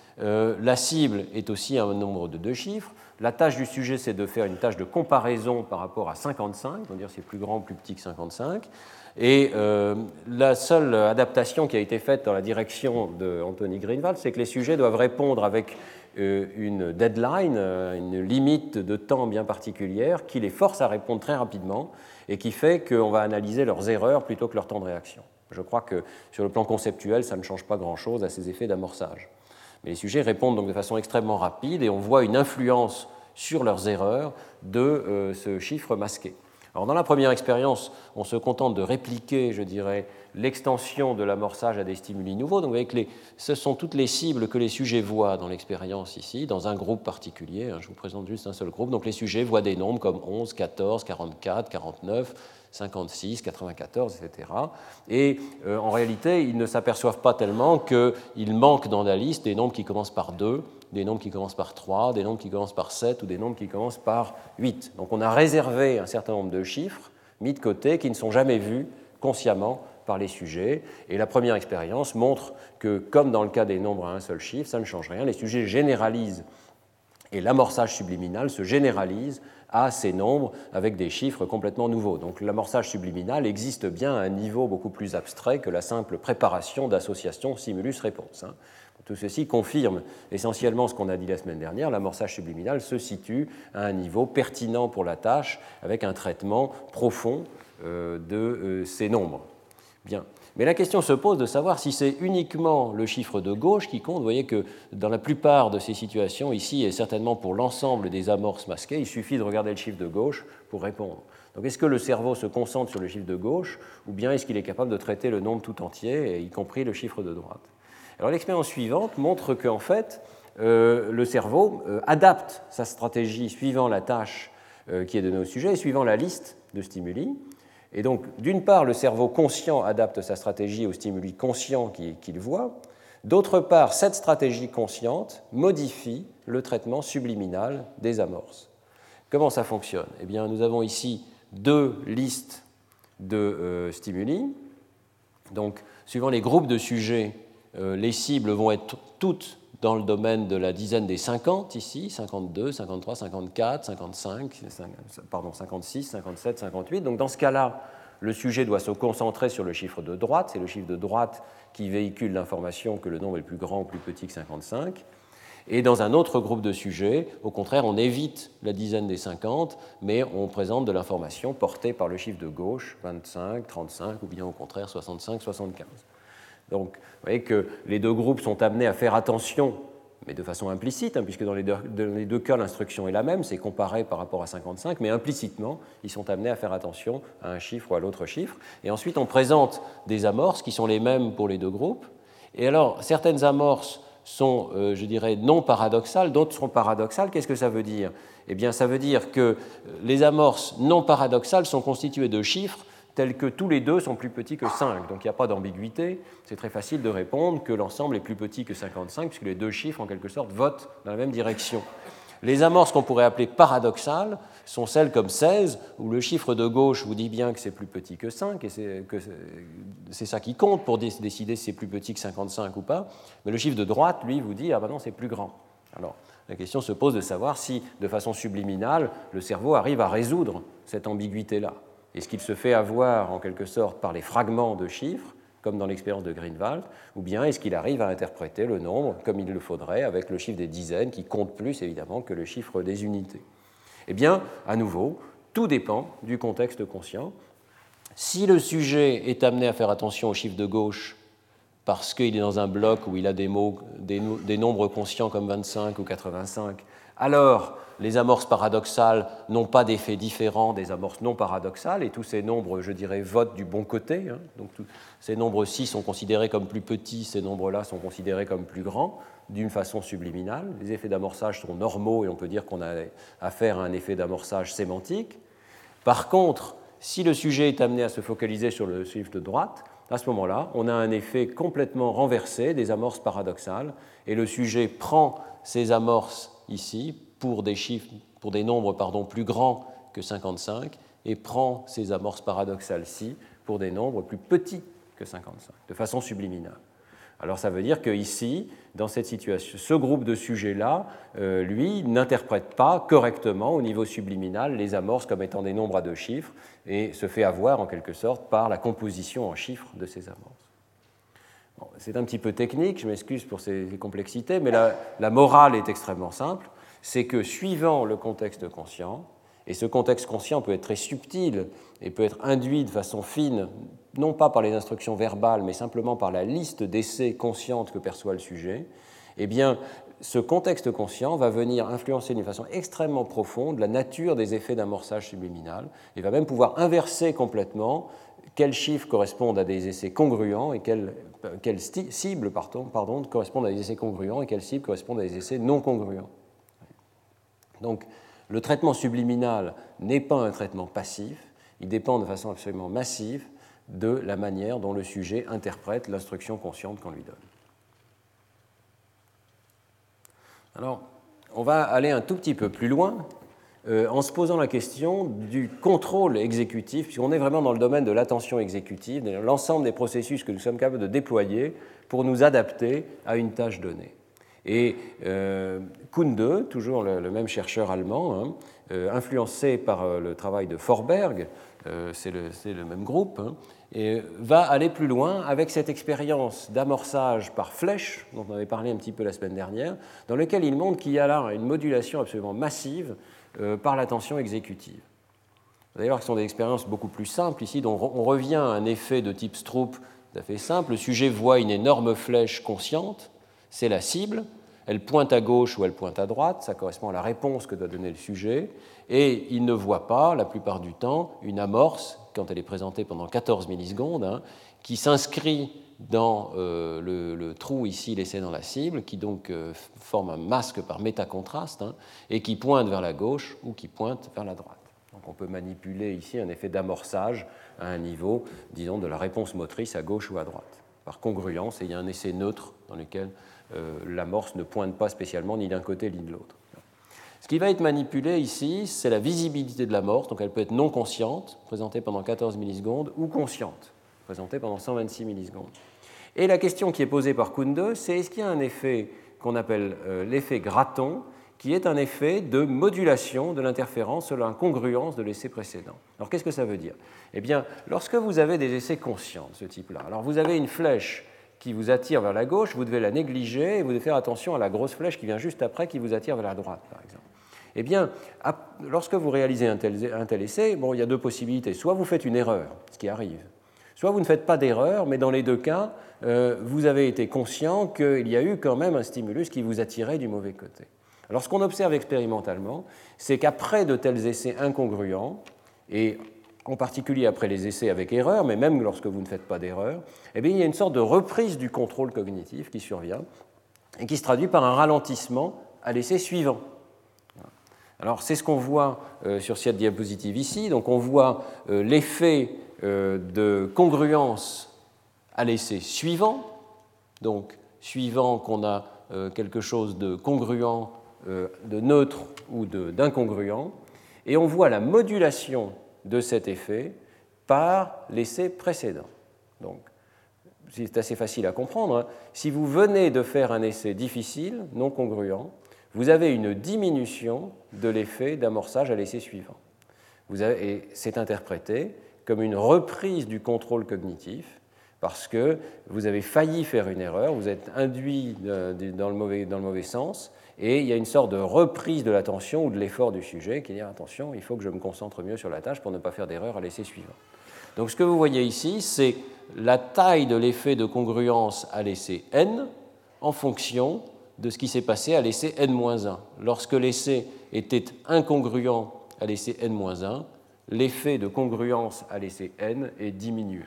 Euh, la cible est aussi un nombre de deux chiffres. La tâche du sujet, c'est de faire une tâche de comparaison par rapport à cinquante-cinq, on va dire c'est plus grand ou plus petit que cinquante-cinq. Et euh, la seule adaptation qui a été faite dans la direction d'Anthony Greenwald, c'est que les sujets doivent répondre avec euh, une deadline, euh, une limite de temps bien particulière qui les force à répondre très rapidement et qui fait qu'on va analyser leurs erreurs plutôt que leur temps de réaction. Je crois que sur le plan conceptuel, ça ne change pas grand-chose à ces effets d'amorçage. Mais les sujets répondent donc de façon extrêmement rapide et on voit une influence sur leurs erreurs de euh, ce chiffre masqué. Alors, dans la première expérience, on se contente de répliquer, je dirais, l'extension de l'amorçage à des stimuli nouveaux. Donc, vous voyez que les, ce sont toutes les cibles que les sujets voient dans l'expérience ici, dans un groupe particulier. Hein, je vous présente juste un seul groupe. Donc, les sujets voient des nombres comme onze, quatorze, quarante-quatre, quarante-neuf, cinquante-six, quatre-vingt-quatorze, et cetera. Et euh, en réalité, ils ne s'aperçoivent pas tellement qu'il manque dans la liste des nombres qui commencent par deux, des nombres qui commencent par trois, des nombres qui commencent par sept ou des nombres qui commencent par huit. Donc on a réservé un certain nombre de chiffres mis de côté qui ne sont jamais vus consciemment par les sujets. Et la première expérience montre que, comme dans le cas des nombres à un seul chiffre, ça ne change rien. Les sujets généralisent et l'amorçage subliminal se généralise à ces nombres avec des chiffres complètement nouveaux. Donc l'amorçage subliminal existe bien à un niveau beaucoup plus abstrait que la simple préparation d'associations stimulus-réponse. Hein. Tout ceci confirme essentiellement ce qu'on a dit la semaine dernière. L'amorçage subliminal se situe à un niveau pertinent pour la tâche avec un traitement profond euh, de euh, ces nombres. Bien. Mais la question se pose de savoir si c'est uniquement le chiffre de gauche qui compte. Vous voyez que dans la plupart de ces situations, ici et certainement pour l'ensemble des amorces masquées, il suffit de regarder le chiffre de gauche pour répondre. Donc est-ce que le cerveau se concentre sur le chiffre de gauche ou bien est-ce qu'il est capable de traiter le nombre tout entier, y compris le chiffre de droite? Alors l'expérience suivante montre qu'en fait, euh, le cerveau euh, adapte sa stratégie suivant la tâche euh, qui est donnée au sujet et suivant la liste de stimuli. Et donc, d'une part, le cerveau conscient adapte sa stratégie aux stimuli conscients qu'il voit. D'autre part, cette stratégie consciente modifie le traitement subliminal des amorces. Comment ça fonctionne? Eh bien, nous avons ici deux listes de euh, stimuli. Donc, suivant les groupes de sujets, euh, les cibles vont être toutes dans le domaine de la dizaine des cinquante, ici, cinquante-deux, cinquante-trois, cinquante-quatre, cinquante-cinq, pardon, cinquante-six, cinquante-sept, cinquante-huit. Donc dans ce cas-là, le sujet doit se concentrer sur le chiffre de droite. C'est le chiffre de droite qui véhicule l'information que le nombre est plus grand ou plus petit que cinquante-cinq. Et dans un autre groupe de sujets, au contraire, on évite la dizaine des cinquante, mais on présente de l'information portée par le chiffre de gauche, vingt-cinq, trente-cinq, ou bien au contraire soixante-cinq, soixante-quinze. Donc, vous voyez que les deux groupes sont amenés à faire attention, mais de façon implicite, hein, puisque dans les, deux, dans les deux cas, l'instruction est la même, c'est comparé par rapport à cinquante-cinq, mais implicitement, ils sont amenés à faire attention à un chiffre ou à l'autre chiffre. Et ensuite, on présente des amorces qui sont les mêmes pour les deux groupes. Et alors, certaines amorces sont, euh, je dirais, non paradoxales, d'autres sont paradoxales. Qu'est-ce que ça veut dire? Eh bien, ça veut dire que les amorces non paradoxales sont constituées de chiffres tels que tous les deux sont plus petits que cinq. Donc il n'y a pas d'ambiguïté. C'est très facile de répondre que l'ensemble est plus petit que cinquante-cinq, puisque les deux chiffres, en quelque sorte, votent dans la même direction. Les amorces qu'on pourrait appeler paradoxales sont celles comme seize, où le chiffre de gauche vous dit bien que c'est plus petit que cinq, et c'est, que c'est ça qui compte pour décider si c'est plus petit que cinquante-cinq ou pas. Mais le chiffre de droite, lui, vous dit « ah ben non, c'est plus grand ». Alors, la question se pose de savoir si, de façon subliminale, le cerveau arrive à résoudre cette ambiguïté-là. Est-ce qu'il se fait avoir, en quelque sorte, par les fragments de chiffres, comme dans l'expérience de Greenwald, ou bien est-ce qu'il arrive à interpréter le nombre comme il le faudrait, avec le chiffre des dizaines, qui compte plus, évidemment, que le chiffre des unités? Eh bien, à nouveau, tout dépend du contexte conscient. Si le sujet est amené à faire attention au chiffre de gauche, parce qu'il est dans un bloc où il a des, mots, des, des nombres conscients comme vingt-cinq ou quatre-vingt-cinq, alors les amorces paradoxales n'ont pas d'effet différent des amorces non paradoxales, et tous ces nombres, je dirais, votent du bon côté. Hein. Donc, tous ces nombres-ci sont considérés comme plus petits, ces nombres-là sont considérés comme plus grands, d'une façon subliminale. Les effets d'amorçage sont normaux, et on peut dire qu'on a affaire à un effet d'amorçage sémantique. Par contre, si le sujet est amené à se focaliser sur le chiffre de droite, à ce moment-là, on a un effet complètement renversé des amorces paradoxales, et le sujet prend ces amorces ici pour des chiffres, pour des nombres pardon, plus grands que cinquante-cinq, et prend ces amorces paradoxales-ci pour des nombres plus petits que cinquante-cinq, de façon subliminale. Alors ça veut dire qu'ici, dans cette situation, ce groupe de sujets-là, euh, lui, n'interprète pas correctement au niveau subliminal les amorces comme étant des nombres à deux chiffres et se fait avoir en quelque sorte par la composition en chiffres de ces amorces. Bon, c'est un petit peu technique, je m'excuse pour ces, ces complexités, mais la, la morale est extrêmement simple, c'est que suivant le contexte conscient, et ce contexte conscient peut être très subtil et peut être induit de façon fine, non pas par les instructions verbales, mais simplement par la liste d'essais conscientes que perçoit le sujet, eh bien, ce contexte conscient va venir influencer d'une façon extrêmement profonde la nature des effets d'amorçage subliminal et va même pouvoir inverser complètement quels chiffres correspondent à des essais congruents et quelles, quelles cibles pardon, pardon, correspondent à des essais congruents et quelles cibles correspondent à des essais non congruents. Donc, le traitement subliminal n'est pas un traitement passif, il dépend de façon absolument massive de la manière dont le sujet interprète l'instruction consciente qu'on lui donne. Alors, on va aller un tout petit peu plus loin euh, en se posant la question du contrôle exécutif, puisqu'on est vraiment dans le domaine de l'attention exécutive, de l'ensemble des processus que nous sommes capables de déployer pour nous adapter à une tâche donnée. Et euh, Kunde, toujours le, le même chercheur allemand, hein, euh, influencé par euh, le travail de Forberg, euh, c'est le, le même groupe, hein, et va aller plus loin avec cette expérience d'amorçage par flèche, dont on avait parlé un petit peu la semaine dernière, dans lequel il montre qu'il y a là une modulation absolument massive euh, par l'attention exécutive. Vous allez voir que ce sont des expériences beaucoup plus simples ici, dont on revient à un effet de type Stroop tout à fait simple. Le sujet voit une énorme flèche consciente, c'est la cible, elle pointe à gauche ou elle pointe à droite, ça correspond à la réponse que doit donner le sujet, et il ne voit pas, la plupart du temps, une amorce, quand elle est présentée pendant quatorze millisecondes, hein, qui s'inscrit dans euh, le, le trou ici laissé dans la cible, qui donc euh, forme un masque par métacontraste, hein, et qui pointe vers la gauche ou qui pointe vers la droite. Donc on peut manipuler ici un effet d'amorçage à un niveau, disons, de la réponse motrice à gauche ou à droite. Par congruence, et il y a un essai neutre dans lequel euh, l'amorce ne pointe pas spécialement ni d'un côté ni de l'autre. Ce qui va être manipulé ici, c'est la visibilité de l'amorce, donc elle peut être non consciente, présentée pendant quatorze millisecondes, ou consciente, présentée pendant cent vingt-six millisecondes. Et la question qui est posée par Kunde, c'est est-ce qu'il y a un effet qu'on appelle euh, l'effet Gratton, qui est un effet de modulation de l'interférence sur l'incongruence de l'essai précédent. Alors qu'est-ce que ça veut dire? Eh bien, lorsque vous avez des essais conscients de ce type-là, alors vous avez une flèche qui vous attire vers la gauche, vous devez la négliger et vous devez faire attention à la grosse flèche qui vient juste après qui vous attire vers la droite, par exemple. Eh bien, lorsque vous réalisez un tel, un tel essai, bon, il y a deux possibilités. Soit vous faites une erreur, ce qui arrive, soit vous ne faites pas d'erreur, mais dans les deux cas, euh, vous avez été conscient qu'il y a eu quand même un stimulus qui vous attirait du mauvais côté. Alors, ce qu'on observe expérimentalement, c'est qu'après de tels essais incongruents, et en particulier après les essais avec erreur, mais même lorsque vous ne faites pas d'erreur, eh bien, il y a une sorte de reprise du contrôle cognitif qui survient et qui se traduit par un ralentissement à l'essai suivant. Alors, c'est ce qu'on voit euh, sur cette diapositive ici. Donc, on voit euh, l'effet euh, de congruence à l'essai suivant. Donc, suivant qu'on a euh, quelque chose de congruent, euh, de neutre ou d'incongruent. Et on voit la modulation de cet effet par l'essai précédent. Donc, c'est assez facile à comprendre. Hein. Si vous venez de faire un essai difficile, non congruent, vous avez une diminution de l'effet d'amorçage à l'essai suivant. Vous avez, et c'est interprété comme une reprise du contrôle cognitif parce que vous avez failli faire une erreur, vous êtes induit dans le mauvais, dans le mauvais sens, et il y a une sorte de reprise de l'attention ou de l'effort du sujet qui dit « attention, il faut que je me concentre mieux sur la tâche pour ne pas faire d'erreur à l'essai suivant ». Donc ce que vous voyez ici, c'est la taille de l'effet de congruence à l'essai n en fonction de ce qui s'est passé à l'essai n moins un. Lorsque l'essai était incongruent à l'essai n moins un, l'effet de congruence à l'essai n est diminué.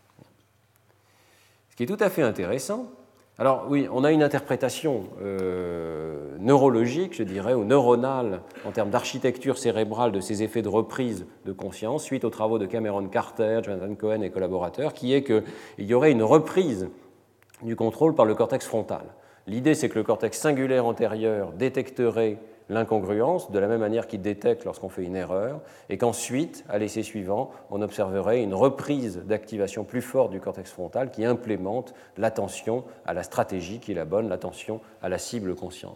Ce qui est tout à fait intéressant. Alors oui, on a une interprétation euh, neurologique, je dirais, ou neuronale, en termes d'architecture cérébrale de ces effets de reprise de conscience, suite aux travaux de Cameron Carter, Jonathan Cohen et collaborateurs, qui est qu'il y aurait une reprise du contrôle par le cortex frontal. L'idée, c'est que le cortex singulaire antérieur détecterait l'incongruence de la même manière qu'il détecte lorsqu'on fait une erreur, et qu'ensuite, à l'essai suivant, on observerait une reprise d'activation plus forte du cortex frontal qui implémente l'attention à la stratégie qui est la bonne, l'attention à la cible consciente.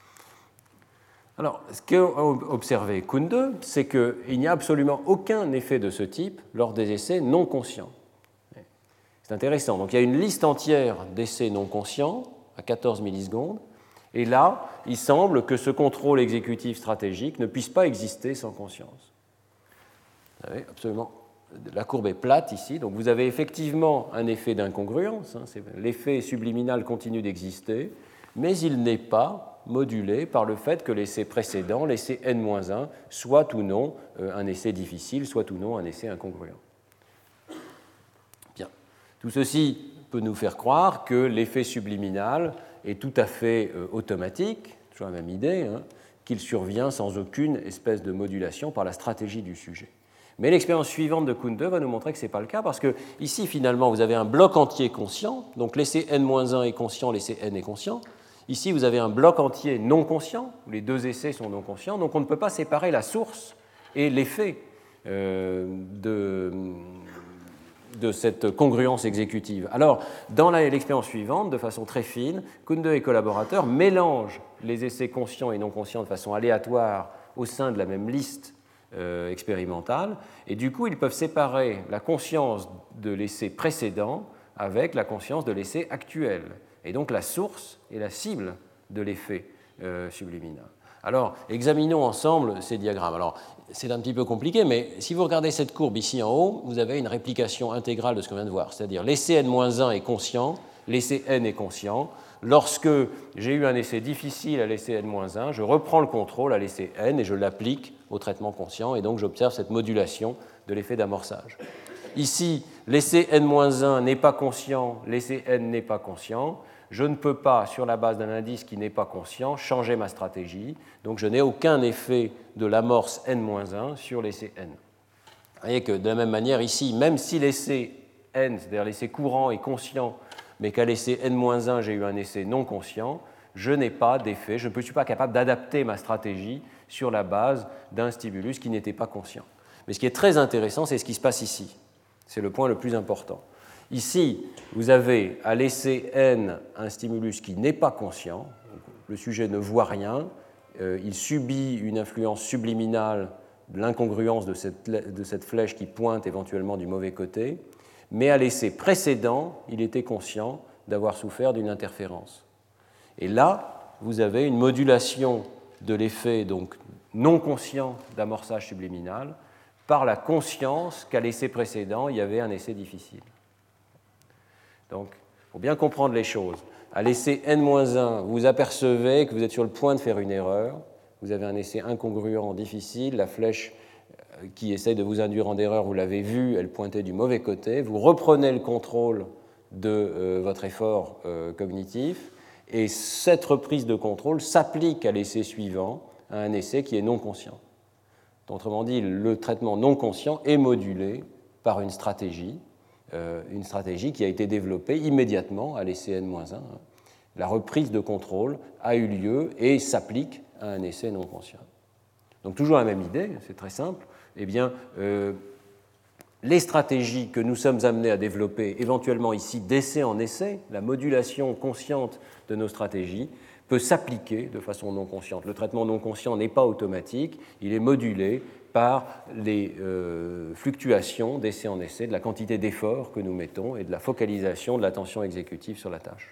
Alors, ce qu'a observé Kunde, c'est qu'il n'y a absolument aucun effet de ce type lors des essais non conscients. C'est intéressant. Donc, il y a une liste entière d'essais non conscients à quatorze millisecondes, et là, il semble que ce contrôle exécutif stratégique ne puisse pas exister sans conscience. Vous avez absolument... La courbe est plate ici, donc vous avez effectivement un effet d'incongruence, hein, l'effet subliminal continue d'exister, mais il n'est pas modulé par le fait que l'essai précédent, l'essai N moins un, soit ou non un essai difficile, soit ou non un essai incongruent. Bien. Tout ceci peut nous faire croire que l'effet subliminal est tout à fait euh, automatique, toujours la même idée, hein, qu'il survient sans aucune espèce de modulation par la stratégie du sujet. Mais l'expérience suivante de Kunde va nous montrer que ce n'est pas le cas, parce que ici, finalement, vous avez un bloc entier conscient, donc l'essai N moins un est conscient, l'essai N est conscient. Ici, vous avez un bloc entier non conscient, où les deux essais sont non conscients, donc on ne peut pas séparer la source et l'effet euh, de... de cette congruence exécutive. Alors, dans l'expérience suivante, de façon très fine, Kunde et collaborateurs mélangent les essais conscients et non conscients de façon aléatoire au sein de la même liste euh, expérimentale, et du coup, ils peuvent séparer la conscience de l'essai précédent avec la conscience de l'essai actuel, et donc la source et la cible de l'effet euh, subliminal. Alors, examinons ensemble ces diagrammes. Alors, c'est un petit peu compliqué, mais si vous regardez cette courbe ici en haut, vous avez une réplication intégrale de ce qu'on vient de voir. C'est-à-dire, l'essai N moins un est conscient, l'essai N est conscient. Lorsque j'ai eu un essai difficile à l'essai N moins un, je reprends le contrôle à l'essai N et je l'applique au traitement conscient, et donc j'observe cette modulation de l'effet d'amorçage. Ici, l'essai N moins un n'est pas conscient, l'essai N n'est pas conscient. Je ne peux pas, sur la base d'un indice qui n'est pas conscient, changer ma stratégie. Donc je n'ai aucun effet de l'amorce N moins un sur l'essai N. Vous voyez que de la même manière, ici, même si l'essai N, c'est-à-dire l'essai courant, est conscient, mais qu'à l'essai N moins un, j'ai eu un essai non conscient, je n'ai pas d'effet, je ne suis pas capable d'adapter ma stratégie sur la base d'un stimulus qui n'était pas conscient. Mais ce qui est très intéressant, c'est ce qui se passe ici. C'est le point le plus important. Ici, vous avez à l'essai N un stimulus qui n'est pas conscient, le sujet ne voit rien, euh, il subit une influence subliminale de l'incongruence de cette, de cette flèche qui pointe éventuellement du mauvais côté, mais à l'essai précédent, il était conscient d'avoir souffert d'une interférence. Et là, vous avez une modulation de l'effet donc non conscient d'amorçage subliminal par la conscience qu'à l'essai précédent, il y avait un essai difficile. Donc, il faut bien comprendre les choses. À l'essai N moins un, vous apercevez que vous êtes sur le point de faire une erreur. Vous avez un essai incongruent difficile. La flèche qui essaye de vous induire en erreur, vous l'avez vue, elle pointait du mauvais côté. Vous reprenez le contrôle de euh, votre effort euh, cognitif. Et cette reprise de contrôle s'applique à l'essai suivant, à un essai qui est non conscient. Autrement dit, le traitement non conscient est modulé par une stratégie. Euh, une stratégie qui a été développée immédiatement à l'essai N moins un. La reprise de contrôle a eu lieu et s'applique à un essai non conscient. Donc toujours la même idée, c'est très simple. Eh bien, euh, les stratégies que nous sommes amenés à développer, éventuellement ici d'essai en essai, la modulation consciente de nos stratégies, peut s'appliquer de façon non consciente. Le traitement non conscient n'est pas automatique, il est modulé par les euh, fluctuations d'essai en essai, de la quantité d'efforts que nous mettons et de la focalisation de l'attention exécutive sur la tâche.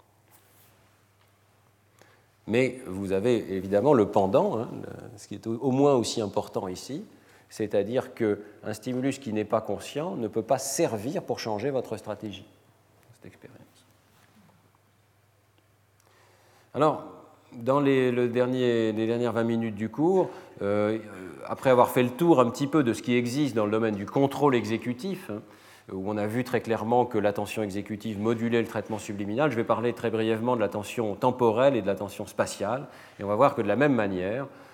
Mais vous avez évidemment le pendant, hein, ce qui est au moins aussi important ici, c'est-à-dire qu'un stimulus qui n'est pas conscient ne peut pas servir pour changer votre stratégie, cette expérience. Alors, dans les, le dernier, les dernières vingt minutes du cours, euh, après avoir fait le tour un petit peu de ce qui existe dans le domaine du contrôle exécutif, hein, où on a vu très clairement que l'attention exécutive modulait le traitement subliminal, je vais parler très brièvement de l'attention temporelle et de l'attention spatiale. Et on va voir que de la même manière,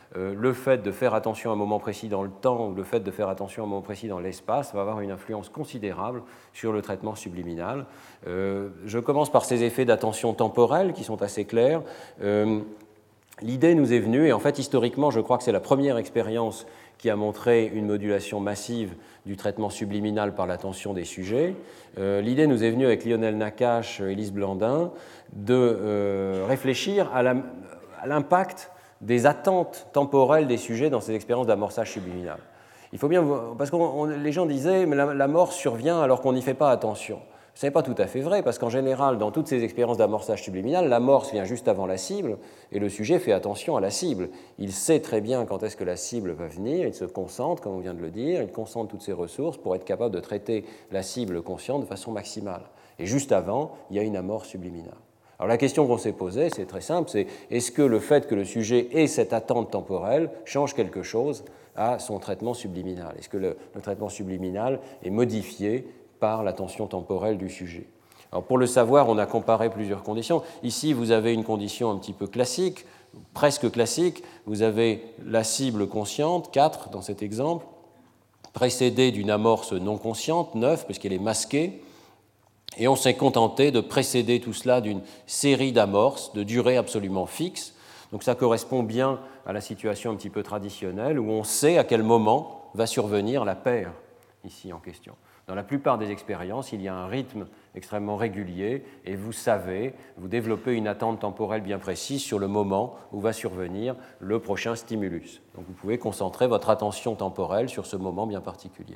euh, le fait de faire attention à un moment précis dans le temps ou le fait de faire attention à un moment précis dans l'espace va avoir une influence considérable sur le traitement subliminal. Euh, je commence par ces effets d'attention temporelle qui sont assez clairs. Euh, L'idée nous est venue, et en fait historiquement je crois que c'est la première expérience qui a montré une modulation massive du traitement subliminal par l'attention des sujets. Euh, L'idée nous est venue avec Lionel Nakache et Lise Blandin de euh, réfléchir à l'impact des attentes temporelles des sujets dans ces expériences d'amorçage subliminal. Il faut bien voir, parce que les gens disaient mais la, la mort survient alors qu'on n'y fait pas attention. Ce n'est pas tout à fait vrai, parce qu'en général, dans toutes ces expériences d'amorçage subliminal, l'amorce vient juste avant la cible, et le sujet fait attention à la cible. Il sait très bien quand est-ce que la cible va venir, il se concentre, comme on vient de le dire, il concentre toutes ses ressources pour être capable de traiter la cible consciente de façon maximale. Et juste avant, il y a une amorce subliminale. Alors la question qu'on s'est posée, c'est très simple, c'est est-ce que le fait que le sujet ait cette attente temporelle change quelque chose à son traitement subliminal? Est-ce que le, le traitement subliminal est modifié par l'attention temporelle du sujet? Alors pour le savoir, on a comparé plusieurs conditions. Ici, vous avez une condition un petit peu classique, presque classique. Vous avez la cible consciente, quatre dans cet exemple, précédée d'une amorce non consciente, neuf, parce qu'elle est masquée. Et on s'est contenté de précéder tout cela d'une série d'amorces de durée absolument fixe. Donc ça correspond bien à la situation un petit peu traditionnelle où on sait à quel moment va survenir la paire ici en question. Dans la plupart des expériences, il y a un rythme extrêmement régulier et vous savez, vous développez une attente temporelle bien précise sur le moment où va survenir le prochain stimulus. Donc vous pouvez concentrer votre attention temporelle sur ce moment bien particulier.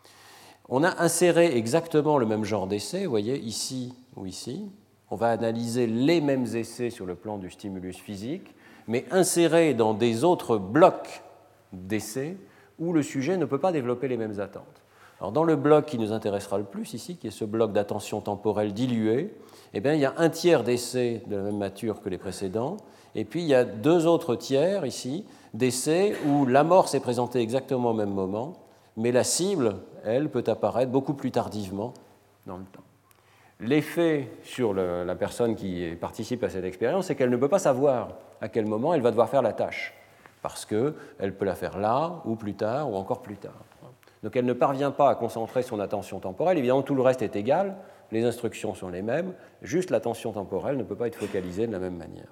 On a inséré exactement le même genre d'essai, vous voyez, ici ou ici. On va analyser les mêmes essais sur le plan du stimulus physique, mais insérés dans des autres blocs d'essais où le sujet ne peut pas développer les mêmes attentes. Alors, dans le bloc qui nous intéressera le plus ici, qui est ce bloc d'attention temporelle diluée, eh bien, il y a un tiers d'essais de la même nature que les précédents, et puis il y a deux autres tiers ici d'essais où l'amorce est présentée exactement au même moment, mais la cible, elle, peut apparaître beaucoup plus tardivement dans le temps. L'effet sur le, la personne qui participe à cette expérience, c'est qu'elle ne peut pas savoir à quel moment elle va devoir faire la tâche, parce qu'elle peut la faire là, ou plus tard, ou encore plus tard. Donc elle ne parvient pas à concentrer son attention temporelle. Évidemment, tout le reste est égal, les instructions sont les mêmes, juste l'attention temporelle ne peut pas être focalisée de la même manière.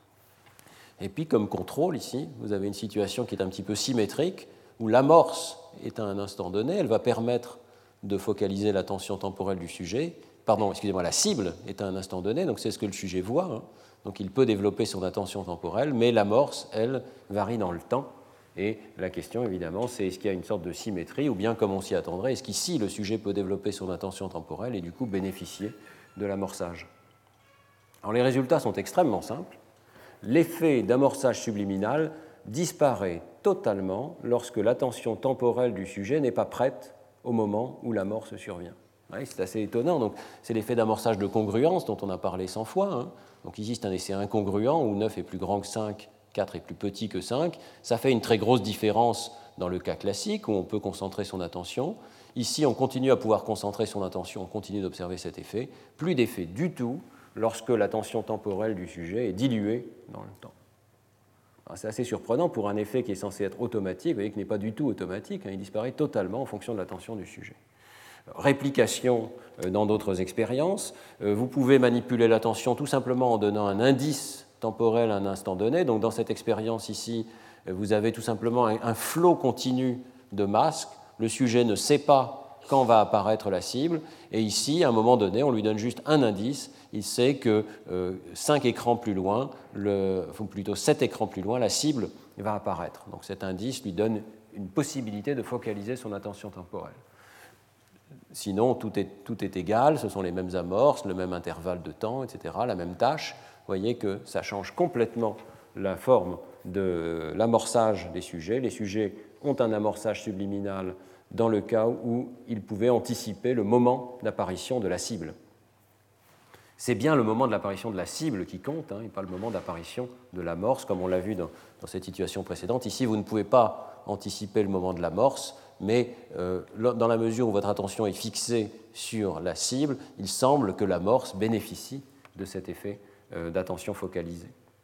Et puis, comme contrôle, ici, vous avez une situation qui est un petit peu symétrique, où l'amorce est à un instant donné, elle va permettre de focaliser l'attention temporelle du sujet, pardon, excusez-moi, la cible est à un instant donné, donc c'est ce que le sujet voit, hein. Donc il peut développer son attention temporelle, mais l'amorce, elle, varie dans le temps. Et la question, évidemment, c'est est-ce qu'il y a une sorte de symétrie, ou bien, comme on s'y attendrait, est-ce qu'ici, le sujet peut développer son attention temporelle et du coup bénéficier de l'amorçage? Alors les résultats sont extrêmement simples. L'effet d'amorçage subliminal disparaît totalement lorsque l'attention temporelle du sujet n'est pas prête au moment où l'amorce survient. Ouais, c'est assez étonnant. Donc, c'est l'effet d'amorçage de congruence dont on a parlé cent fois. Hein. Donc ici, c'est un essai incongruent où neuf est plus grand que cinq, quatre est plus petit que cinq. Ça fait une très grosse différence dans le cas classique où on peut concentrer son attention. Ici, on continue à pouvoir concentrer son attention, on continue d'observer cet effet. Plus d'effet du tout lorsque l'attention temporelle du sujet est diluée dans le temps. C'est assez surprenant pour un effet qui est censé être automatique, vous voyez qu'il n'est pas du tout automatique, hein, il disparaît totalement en fonction de l'attention du sujet. Réplication dans d'autres expériences, vous pouvez manipuler l'attention tout simplement en donnant un indice temporel à un instant donné. Donc dans cette expérience ici, vous avez tout simplement un flot continu de masques, le sujet ne sait pas quand va apparaître la cible, et ici, à un moment donné, on lui donne juste un indice, il sait que euh, cinq écrans plus loin, le, ou plutôt sept écrans plus loin, la cible va apparaître. Donc cet indice lui donne une possibilité de focaliser son attention temporelle. Sinon, tout est, tout est égal, ce sont les mêmes amorces, le même intervalle de temps, et cetera, la même tâche. Vous voyez que ça change complètement la forme de l'amorçage des sujets. Les sujets ont un amorçage subliminal dans le cas où ils pouvaient anticiper le moment d'apparition de la cible. C'est bien le moment de l'apparition de la cible qui compte, hein, et pas le moment d'apparition de l'amorce, comme on l'a vu dans, dans cette situation précédente. Ici, vous ne pouvez pas anticiper le moment de l'amorce, mais euh, dans la mesure où votre attention est fixée sur la cible, il semble que l'amorce bénéficie de cet effet euh, d'attention focalisée.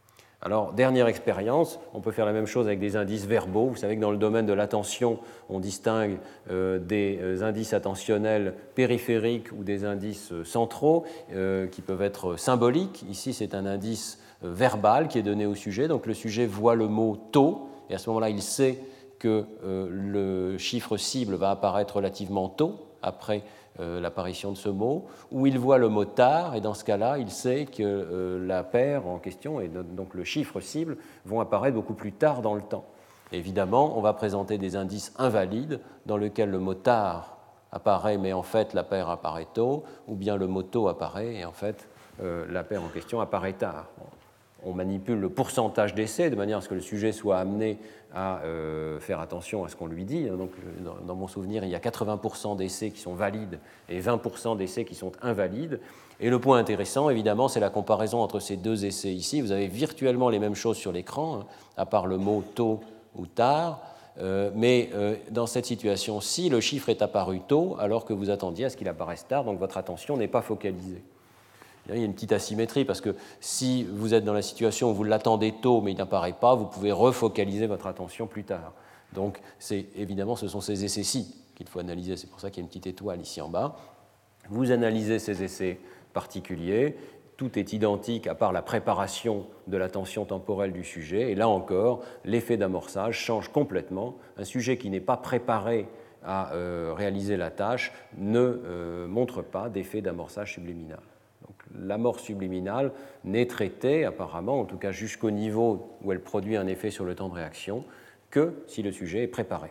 Alors, dernière expérience, on peut faire la même chose avec des indices verbaux. Vous savez que dans le domaine de l'attention, on distingue euh, des euh, indices attentionnels périphériques ou des indices euh, centraux euh, qui peuvent être symboliques. Ici, c'est un indice euh, verbal qui est donné au sujet. Donc, le sujet voit le mot tôt, et à ce moment-là, il sait que euh, le chiffre cible va apparaître relativement tôt, après euh, l'apparition de ce mot, ou il voit le mot tard, et dans ce cas-là, il sait que euh, la paire en question, et donc le chiffre cible, vont apparaître beaucoup plus tard dans le temps. Et évidemment, on va présenter des indices invalides dans lesquels le mot tard apparaît, mais en fait la paire apparaît tôt, ou bien le mot tôt apparaît, et en fait euh, la paire en question apparaît tard. Bon. On manipule le pourcentage d'essais de manière à ce que le sujet soit amené à euh, faire attention à ce qu'on lui dit. Donc, dans, dans mon souvenir, il y a quatre-vingts pour cent d'essais qui sont valides et vingt pour cent d'essais qui sont invalides. Et le point intéressant, évidemment, c'est la comparaison entre ces deux essais ici. Vous avez virtuellement les mêmes choses sur l'écran, hein, à part le mot tôt ou tard. Euh, mais euh, dans cette situation-ci, le chiffre est apparu tôt alors que vous attendiez à ce qu'il apparaisse tard, donc votre attention n'est pas focalisée. Il y a une petite asymétrie parce que si vous êtes dans la situation où vous l'attendez tôt mais il n'apparaît pas, vous pouvez refocaliser votre attention plus tard. Donc c'est, évidemment, ce sont ces essais-ci qu'il faut analyser. C'est pour ça qu'il y a une petite étoile ici en bas. Vous analysez ces essais particuliers. Tout est identique à part la préparation de l'attention temporelle du sujet. Et là encore, l'effet d'amorçage change complètement. Un sujet qui n'est pas préparé à euh, réaliser la tâche ne euh, montre pas d'effet d'amorçage subliminal. L'amorce subliminale n'est traitée, apparemment, en tout cas jusqu'au niveau où elle produit un effet sur le temps de réaction, que si le sujet est préparé.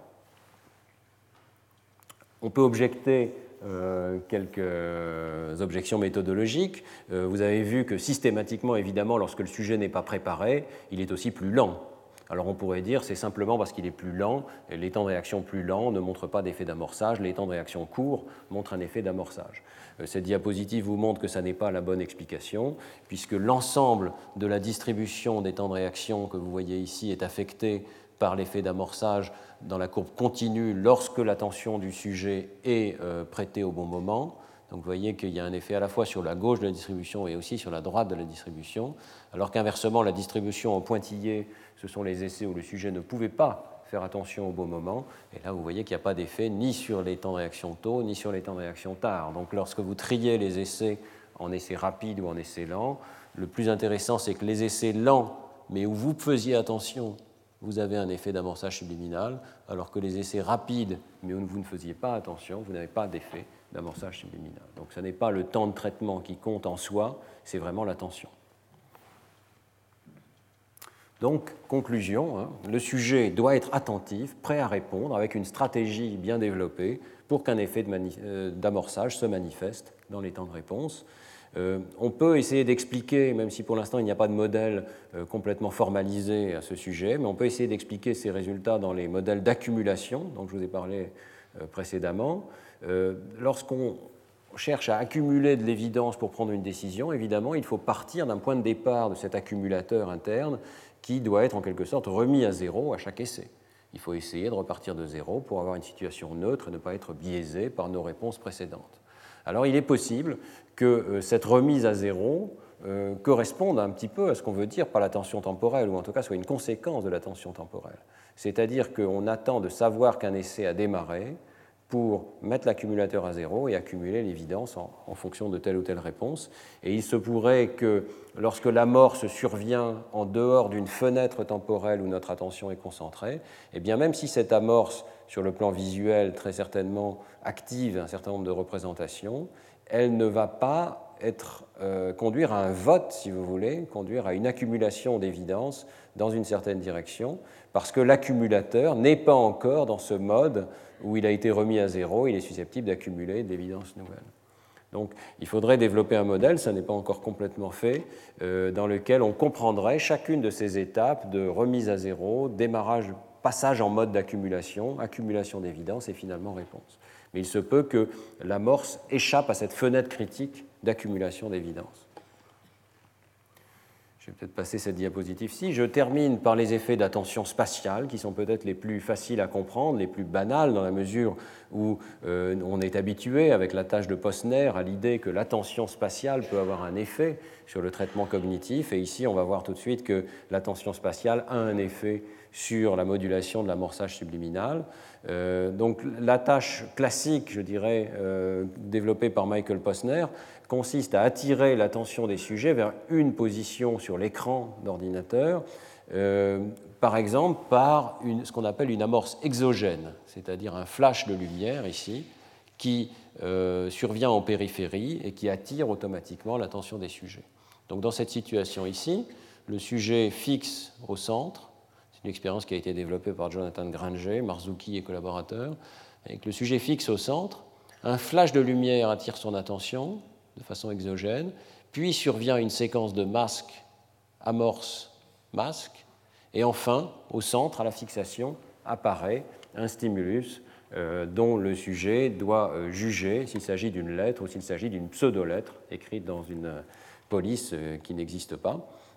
On peut objecter euh, quelques objections méthodologiques. Euh, vous avez vu que systématiquement, évidemment, lorsque le sujet n'est pas préparé, il est aussi plus lent. Alors on pourrait dire c'est simplement parce qu'il est plus lent, et les temps de réaction plus lents ne montrent pas d'effet d'amorçage, les temps de réaction courts montrent un effet d'amorçage. Cette diapositive vous montre que ça n'est pas la bonne explication, puisque l'ensemble de la distribution des temps de réaction que vous voyez ici est affecté par l'effet d'amorçage dans la courbe continue lorsque l'attention du sujet est euh, prêtée au bon moment. Donc vous voyez qu'il y a un effet à la fois sur la gauche de la distribution et aussi sur la droite de la distribution, alors qu'inversement, la distribution en pointillé, ce sont les essais où le sujet ne pouvait pas faire attention au bon moment. Et là, vous voyez qu'il n'y a pas d'effet ni sur les temps de réaction tôt, ni sur les temps de réaction tard. Donc lorsque vous triez les essais en essais rapides ou en essais lents, le plus intéressant, c'est que les essais lents, mais où vous faisiez attention, vous avez un effet d'amorçage subliminal, alors que les essais rapides, mais où vous ne faisiez pas attention, vous n'avez pas d'effet d'amorçage subliminal. Donc ce n'est pas le temps de traitement qui compte en soi, c'est vraiment l'attention. Donc, conclusion, hein, le sujet doit être attentif, prêt à répondre, avec une stratégie bien développée pour qu'un effet de mani- euh, d'amorçage se manifeste dans les temps de réponse. Euh, on peut essayer d'expliquer, même si pour l'instant il n'y a pas de modèle euh, complètement formalisé à ce sujet, mais on peut essayer d'expliquer ces résultats dans les modèles d'accumulation dont je vous ai parlé euh, précédemment. Euh, lorsqu'on cherche à accumuler de l'évidence pour prendre une décision, évidemment, il faut partir d'un point de départ de cet accumulateur interne qui doit être en quelque sorte remis à zéro à chaque essai. Il faut essayer de repartir de zéro pour avoir une situation neutre et ne pas être biaisé par nos réponses précédentes. Alors il est possible que euh, cette remise à zéro euh, corresponde un petit peu à ce qu'on veut dire par la tension temporelle, ou en tout cas soit une conséquence de la tension temporelle. C'est-à-dire qu'on attend de savoir qu'un essai a démarré pour mettre l'accumulateur à zéro et accumuler l'évidence en, en fonction de telle ou telle réponse. Et il se pourrait que lorsque l'amorce survient en dehors d'une fenêtre temporelle où notre attention est concentrée, eh bien même si cette amorce, sur le plan visuel, très certainement active un certain nombre de représentations, elle ne va pas être, euh, conduire à un vote, si vous voulez, conduire à une accumulation d'évidence dans une certaine direction, parce que l'accumulateur n'est pas encore dans ce mode où il a été remis à zéro, il est susceptible d'accumuler d'évidences nouvelles. Donc il faudrait développer un modèle, ça n'est pas encore complètement fait, euh, dans lequel on comprendrait chacune de ces étapes de remise à zéro, démarrage, passage en mode d'accumulation, accumulation d'évidences et finalement réponse. Mais il se peut que l'amorce échappe à cette fenêtre critique d'accumulation d'évidences. Je vais peut-être passer cette diapositive-ci. Je termine par les effets d'attention spatiale, qui sont peut-être les plus faciles à comprendre, les plus banals, dans la mesure où euh, on est habitué, avec la tâche de Posner, à l'idée que l'attention spatiale peut avoir un effet sur le traitement cognitif. Et ici, on va voir tout de suite que l'attention spatiale a un effet sur la modulation de l'amorçage subliminal. Euh, donc la tâche classique, je dirais, euh, développée par Michael Posner, consiste à attirer l'attention des sujets vers une position sur l'écran d'ordinateur, euh, par exemple par une, ce qu'on appelle une amorce exogène, c'est-à-dire un flash de lumière ici, qui euh, survient en périphérie et qui attire automatiquement l'attention des sujets. Donc dans cette situation ici, le sujet fixe au centre. C'est une expérience qui a été développée par Jonathan Granger, Marzuki et collaborateurs. Avec le sujet fixe au centre, un flash de lumière attire son attention de façon exogène, puis survient une séquence de masque, amorce, masque, et enfin, au centre, à la fixation, apparaît un stimulus euh, dont le sujet doit euh, juger s'il s'agit d'une lettre ou s'il s'agit d'une pseudo-lettre écrite dans une euh, police euh, qui n'existe pas.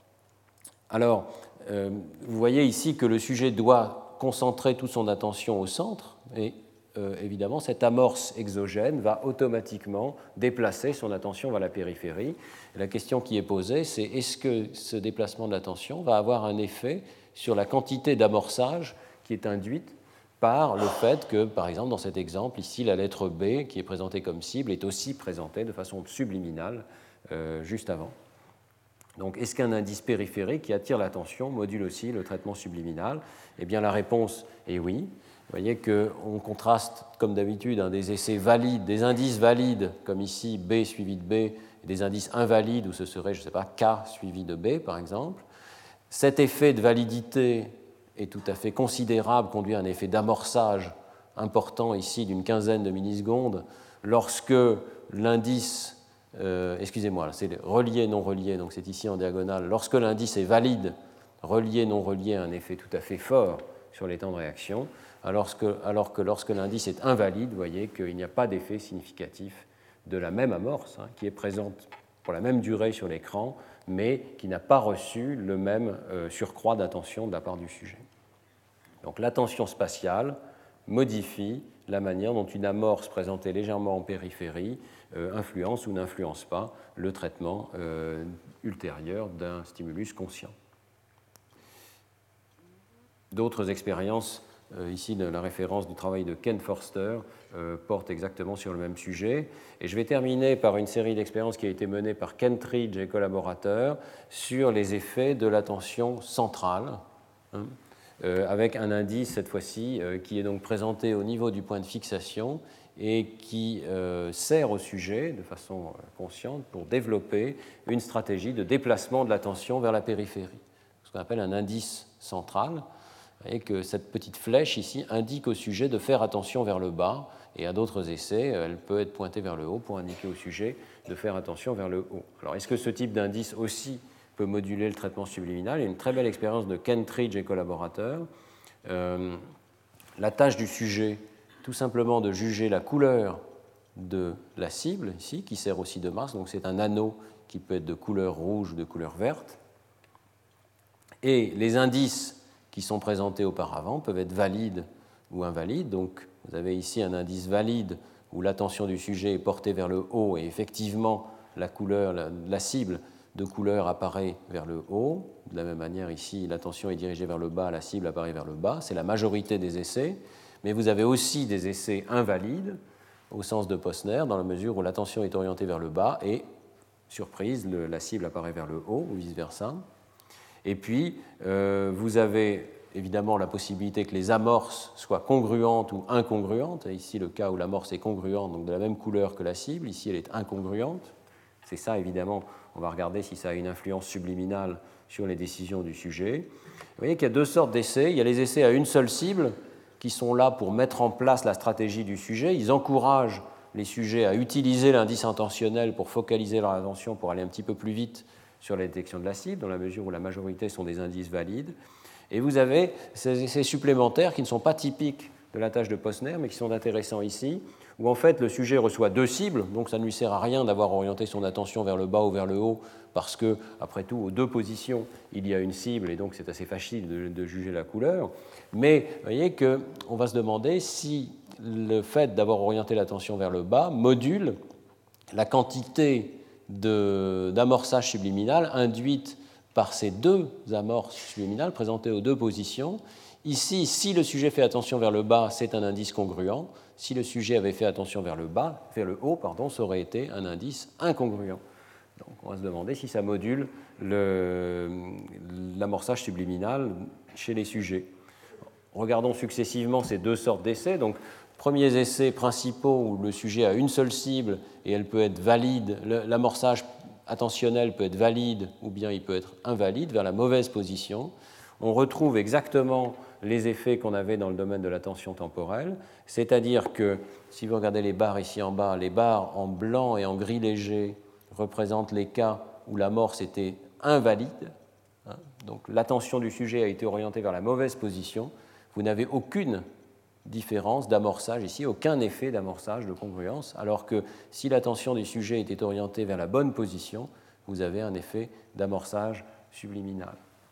Alors, euh, vous voyez ici que le sujet doit concentrer toute son attention au centre, et euh, évidemment, cette amorce exogène va automatiquement déplacer son attention vers la périphérie. Et la question qui est posée, c'est est-ce que ce déplacement de l'attention va avoir un effet sur la quantité d'amorçage qui est induite par le fait que, par exemple, dans cet exemple, ici, la lettre B, qui est présentée comme cible, est aussi présentée de façon subliminale euh, juste avant. Donc, est-ce qu'un indice périphérique qui attire l'attention module aussi le traitement subliminal? Eh bien, la réponse est oui. Vous voyez qu'on contraste, comme d'habitude, hein, des essais valides, des indices valides, comme ici B suivi de B, et des indices invalides, où ce serait, je ne sais pas, K suivi de B, par exemple. Cet effet de validité est tout à fait considérable, conduit à un effet d'amorçage important ici d'une quinzaine de millisecondes, lorsque l'indice Euh, excusez-moi, c'est relié, non relié, donc c'est ici en diagonale. Lorsque l'indice est valide, relié, non relié a un effet tout à fait fort sur les temps de réaction, alors que, alors que lorsque l'indice est invalide, vous voyez qu'il n'y a pas d'effet significatif de la même amorce, hein, qui est présente pour la même durée sur l'écran, mais qui n'a pas reçu le même euh, surcroît d'attention de la part du sujet. Donc l'attention spatiale modifie la manière dont une amorce présentée légèrement en périphérie euh, influence ou n'influence pas le traitement euh, ultérieur d'un stimulus conscient. D'autres expériences, euh, ici la référence du travail de Ken Forster, euh, portent exactement sur le même sujet. Et je vais terminer par une série d'expériences qui a été menée par Kentridge et collaborateurs sur les effets de l'attention centrale, hein, Euh, avec un indice, cette fois-ci, euh, qui est donc présenté au niveau du point de fixation et qui euh, sert au sujet, de façon euh, consciente, pour développer une stratégie de déplacement de l'attention vers la périphérie, ce qu'on appelle un indice central, et que cette petite flèche ici indique au sujet de faire attention vers le bas, et à d'autres essais, elle peut être pointée vers le haut pour indiquer au sujet de faire attention vers le haut. Alors, est-ce que ce type d'indice aussi peut moduler le traitement subliminal? Il y a une très belle expérience de Kentridge et collaborateurs. Euh, la tâche du sujet, tout simplement de juger la couleur de la cible, ici, qui sert aussi de masque. Donc c'est un anneau qui peut être de couleur rouge ou de couleur verte. Et les indices qui sont présentés auparavant peuvent être valides ou invalides. Donc vous avez ici un indice valide où l'attention du sujet est portée vers le haut et effectivement la couleur, la, la cible de couleur apparaît vers le haut. De la même manière, ici, l'attention est dirigée vers le bas, la cible apparaît vers le bas. C'est la majorité des essais. Mais vous avez aussi des essais invalides, au sens de Posner, dans la mesure où l'attention est orientée vers le bas et, surprise, le, la cible apparaît vers le haut, ou vice-versa. Et puis, euh, vous avez évidemment la possibilité que les amorces soient congruentes ou incongruentes. Et ici, le cas où l'amorce est congruente, donc de la même couleur que la cible. Ici, elle est incongruente. C'est ça, évidemment. On va regarder si ça a une influence subliminale sur les décisions du sujet. Vous voyez qu'il y a deux sortes d'essais. Il y a les essais à une seule cible qui sont là pour mettre en place la stratégie du sujet. Ils encouragent les sujets à utiliser l'indice intentionnel pour focaliser leur attention, pour aller un petit peu plus vite sur la détection de la cible, dans la mesure où la majorité sont des indices valides. Et vous avez ces essais supplémentaires qui ne sont pas typiques de la tâche de Posner, mais qui sont intéressants ici, où en fait le sujet reçoit deux cibles, donc ça ne lui sert à rien d'avoir orienté son attention vers le bas ou vers le haut, parce que, après tout, aux deux positions, il y a une cible, et donc c'est assez facile de, de juger la couleur. Mais vous voyez qu'on va se demander si le fait d'avoir orienté l'attention vers le bas module la quantité d'amorçage subliminal induites par ces deux amorces subliminales présentées aux deux positions. Ici, si le sujet fait attention vers le bas, c'est un indice congruent. Si le sujet avait fait attention vers le bas, vers le haut, pardon, ça aurait été un indice incongruent. Donc on va se demander si ça module l'amorçage subliminal chez les sujets. Regardons successivement ces deux sortes d'essais. Donc, premiers essais principaux où le sujet a une seule cible et elle peut être valide, l'amorçage attentionnel peut être valide ou bien il peut être invalide vers la mauvaise position. On retrouve exactement les effets qu'on avait dans le domaine de l'attention temporelle, c'est-à-dire que, si vous regardez les barres ici en bas, les barres en blanc et en gris léger représentent les cas où l'amorce était invalide, hein, donc l'attention du sujet a été orientée vers la mauvaise position. Vous n'avez aucune différence d'amorçage ici, aucun effet d'amorçage de congruence, alors que si l'attention du sujet était orientée vers la bonne position, vous avez un effet d'amorçage subliminal.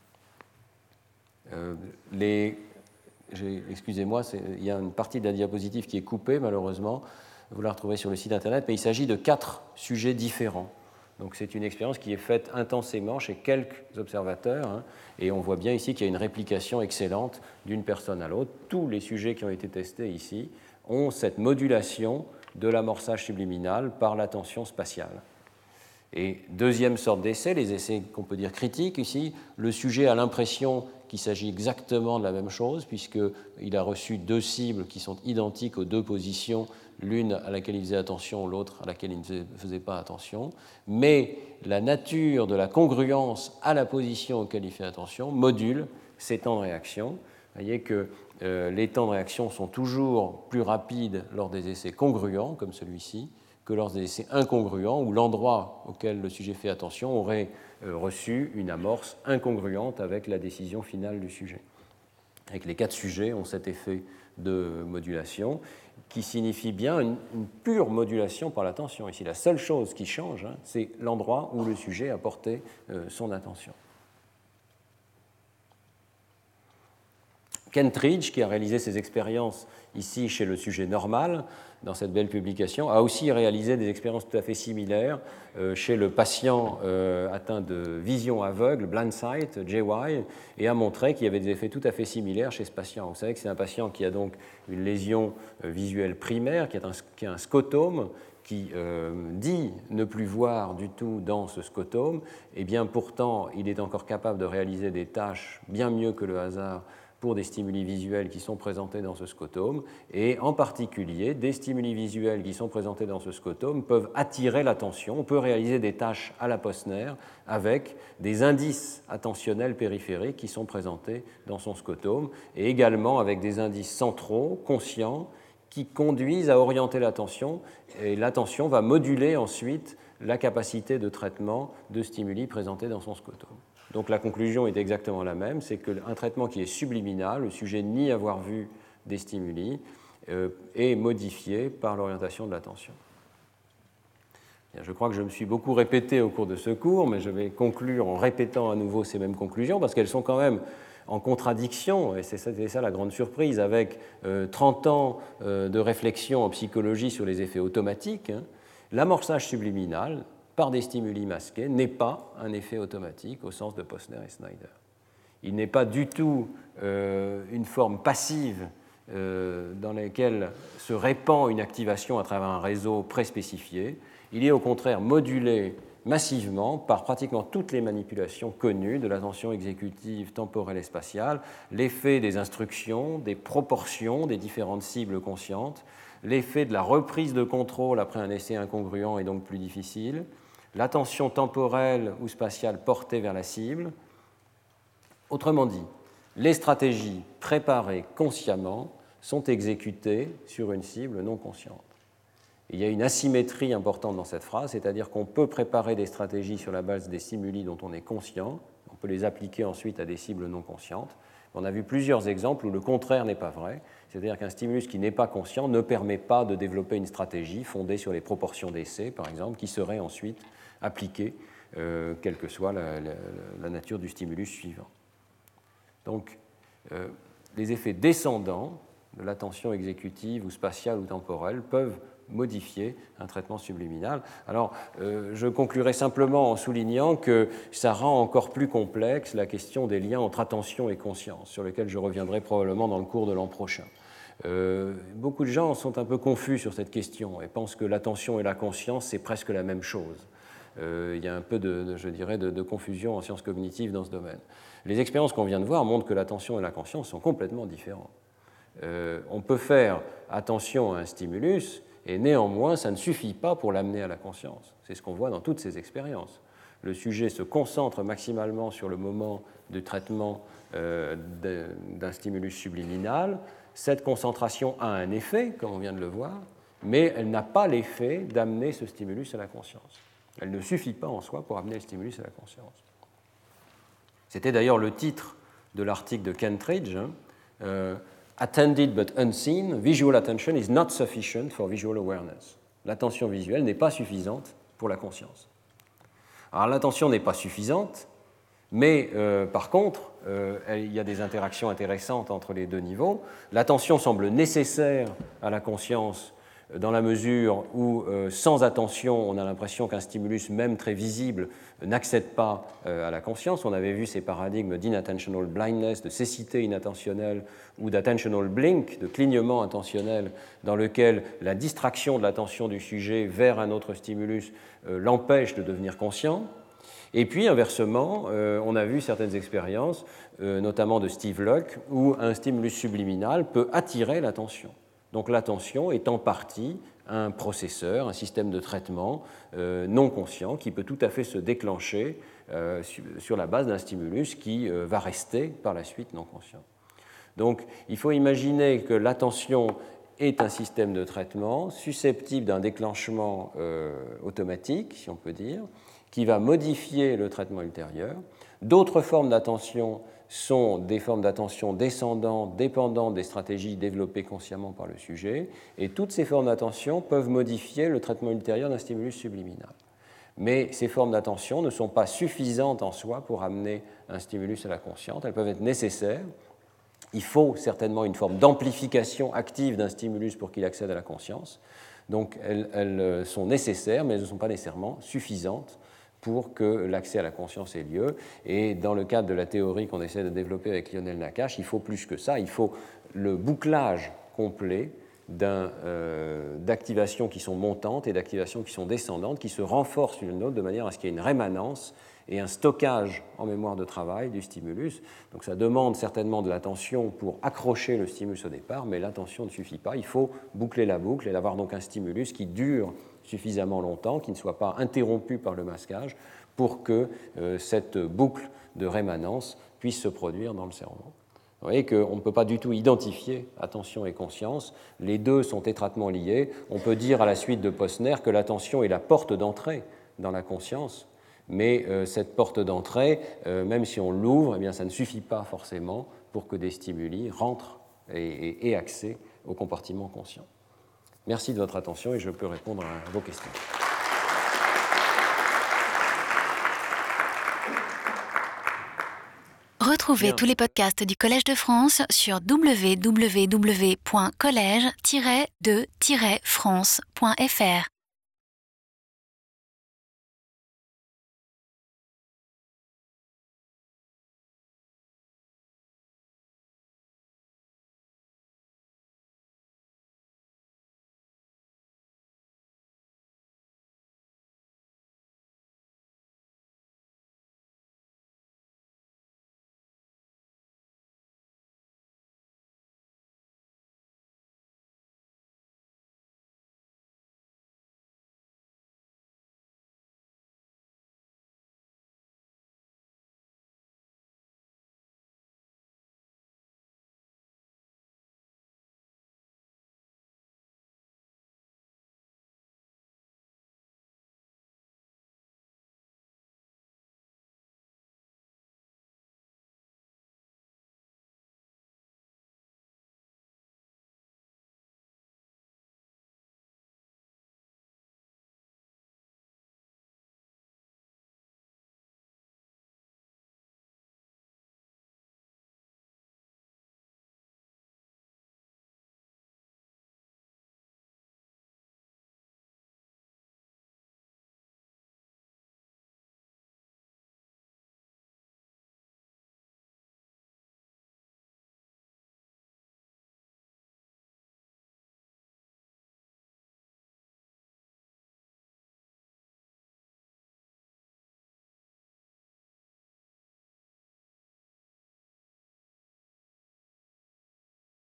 Euh, les, excusez-moi, il y a une partie de la diapositive qui est coupée, malheureusement, vous la retrouvez sur le site internet, mais il s'agit de quatre sujets différents. Donc c'est une expérience qui est faite intensément chez quelques observateurs, hein, et on voit bien ici qu'il y a une réplication excellente d'une personne à l'autre. Tous les sujets qui ont été testés ici ont cette modulation de l'amorçage subliminal par l'attention spatiale. Et deuxième sorte d'essai, les essais qu'on peut dire critiques, ici, le sujet a l'impression qu'il s'agit exactement de la même chose, puisqu'il a reçu deux cibles qui sont identiques aux deux positions, l'une à laquelle il faisait attention, l'autre à laquelle il ne faisait pas attention. Mais la nature de la congruence à la position auquel il fait attention module ces temps de réaction. Vous voyez que euh, les temps de réaction sont toujours plus rapides lors des essais congruents, comme celui-ci, que lors des essais incongruents, où l'endroit auquel le sujet fait attention aurait euh, reçu une amorce incongruente avec la décision finale du sujet. Avec les quatre sujets ont cet effet de modulation qui signifie bien une, une pure modulation par l'attention. Ici, la seule chose qui change, hein, c'est l'endroit où le sujet a porté euh, son attention. Kentridge, qui a réalisé ses expériences ici chez le sujet normal, dans cette belle publication, a aussi réalisé des expériences tout à fait similaires euh, chez le patient euh, atteint de vision aveugle, blind sight, J Y, et a montré qu'il y avait des effets tout à fait similaires chez ce patient. Vous savez que c'est un patient qui a donc une lésion euh, visuelle primaire, qui a un, qui a un scotome, qui euh, dit ne plus voir du tout dans ce scotome, et bien pourtant il est encore capable de réaliser des tâches bien mieux que le hasard pour des stimuli visuels qui sont présentés dans ce scotome, et en particulier, des stimuli visuels qui sont présentés dans ce scotome peuvent attirer l'attention. On peut réaliser des tâches à la Posner avec des indices attentionnels périphériques qui sont présentés dans son scotome, et également avec des indices centraux, conscients, qui conduisent à orienter l'attention, et l'attention va moduler ensuite la capacité de traitement de stimuli présentés dans son scotome. Donc la conclusion est exactement la même, c'est qu'un traitement qui est subliminal, le sujet nie avoir vu des stimuli, euh, est modifié par l'orientation de l'attention. Je crois que je me suis beaucoup répété au cours de ce cours, mais je vais conclure en répétant à nouveau ces mêmes conclusions, parce qu'elles sont quand même en contradiction, et c'est ça, c'est ça la grande surprise, avec euh, trente ans euh, de réflexion en psychologie sur les effets automatiques. Hein, l'amorçage subliminal par des stimuli masqués n'est pas un effet automatique au sens de Posner et Snyder. Il n'est pas du tout euh, une forme passive euh, dans laquelle se répand une activation à travers un réseau préspécifié. Il est au contraire modulé massivement par pratiquement toutes les manipulations connues de l'attention exécutive, temporelle et spatiale, l'effet des instructions, des proportions des différentes cibles conscientes, l'effet de la reprise de contrôle après un essai incongruent est donc plus difficile, l'attention temporelle ou spatiale portée vers la cible. Autrement dit, les stratégies préparées consciemment sont exécutées sur une cible non consciente. Il y a une asymétrie importante dans cette phrase, c'est-à-dire qu'on peut préparer des stratégies sur la base des stimuli dont on est conscient, on peut les appliquer ensuite à des cibles non conscientes. On a vu plusieurs exemples où le contraire n'est pas vrai, c'est-à-dire qu'un stimulus qui n'est pas conscient ne permet pas de développer une stratégie fondée sur les proportions d'essai, par exemple, qui serait ensuite appliquée, euh, quelle que soit la, la, la nature du stimulus suivant. Donc, euh, les effets descendants de l'attention exécutive ou spatiale ou temporelle peuvent modifier un traitement subliminal. Alors, euh, je conclurai simplement en soulignant que ça rend encore plus complexe la question des liens entre attention et conscience, sur lesquels je reviendrai probablement dans le cours de l'an prochain. Euh, beaucoup de gens sont un peu confus sur cette question et pensent que l'attention et la conscience, c'est presque la même chose. Euh, il y a un peu de, de je dirais, de, de confusion en sciences cognitives dans ce domaine. Les expériences qu'on vient de voir montrent que l'attention et la conscience sont complètement différentes. Euh, on peut faire attention à un stimulus et néanmoins, ça ne suffit pas pour l'amener à la conscience. C'est ce qu'on voit dans toutes ces expériences. Le sujet se concentre maximalement sur le moment du traitement euh, d'un stimulus subliminal. Cette concentration a un effet, comme on vient de le voir, mais elle n'a pas l'effet d'amener ce stimulus à la conscience. Elle ne suffit pas en soi pour amener le stimulus à la conscience. C'était d'ailleurs le titre de l'article de Kentridge, hein, euh, Attended but unseen, visual attention is not sufficient for visual awareness. L'attention visuelle n'est pas suffisante pour la conscience. Alors l'attention n'est pas suffisante, mais euh, par contre, euh, il y a des interactions intéressantes entre les deux niveaux. L'attention semble nécessaire à la conscience dans la mesure où, euh, sans attention, on a l'impression qu'un stimulus, même très visible, n'accède pas euh, à la conscience. On avait vu ces paradigmes d'inattentional blindness, de cécité inattentionnelle, ou d'attentional blink, de clignement intentionnel, dans lequel la distraction de l'attention du sujet vers un autre stimulus euh, l'empêche de devenir conscient. Et puis, inversement, euh, on a vu certaines expériences, euh, notamment de Steve Luck, où un stimulus subliminal peut attirer l'attention. Donc l'attention est en partie un processeur, un système de traitement euh, non conscient qui peut tout à fait se déclencher euh, sur la base d'un stimulus qui euh, va rester par la suite non conscient. Donc il faut imaginer que l'attention est un système de traitement susceptible d'un déclenchement euh, automatique, si on peut dire, qui va modifier le traitement ultérieur. D'autres formes d'attention sont des formes d'attention descendantes, dépendantes des stratégies développées consciemment par le sujet, et toutes ces formes d'attention peuvent modifier le traitement ultérieur d'un stimulus subliminal. Mais ces formes d'attention ne sont pas suffisantes en soi pour amener un stimulus à la conscience, elles peuvent être nécessaires. Il faut certainement une forme d'amplification active d'un stimulus pour qu'il accède à la conscience, donc elles, elles sont nécessaires, mais elles ne sont pas nécessairement suffisantes pour que l'accès à la conscience ait lieu. Et dans le cadre de la théorie qu'on essaie de développer avec Lionel Nakache, il faut plus que ça, il faut le bouclage complet d'un, euh, d'activations qui sont montantes et d'activations qui sont descendantes, qui se renforcent l'une l'autre de manière à ce qu'il y ait une rémanence et un stockage en mémoire de travail du stimulus. Donc ça demande certainement de l'attention pour accrocher le stimulus au départ, mais l'attention ne suffit pas. Il faut boucler la boucle et avoir donc un stimulus qui dure suffisamment longtemps, qui ne soit pas interrompu par le masquage, pour que euh, cette boucle de rémanence puisse se produire dans le cerveau. Vous voyez qu'on ne peut pas du tout identifier attention et conscience. Les deux sont étroitement liés. On peut dire à la suite de Posner que l'attention est la porte d'entrée dans la conscience, mais euh, cette porte d'entrée, euh, même si on l'ouvre, eh bien, ça ne suffit pas forcément pour que des stimuli rentrent et, et aient accès au compartiment conscient. Merci de votre attention et je peux répondre à vos questions. Retrouvez Bien. tous les podcasts du Collège de France sur w w w point collège tiret de tiret france point f r.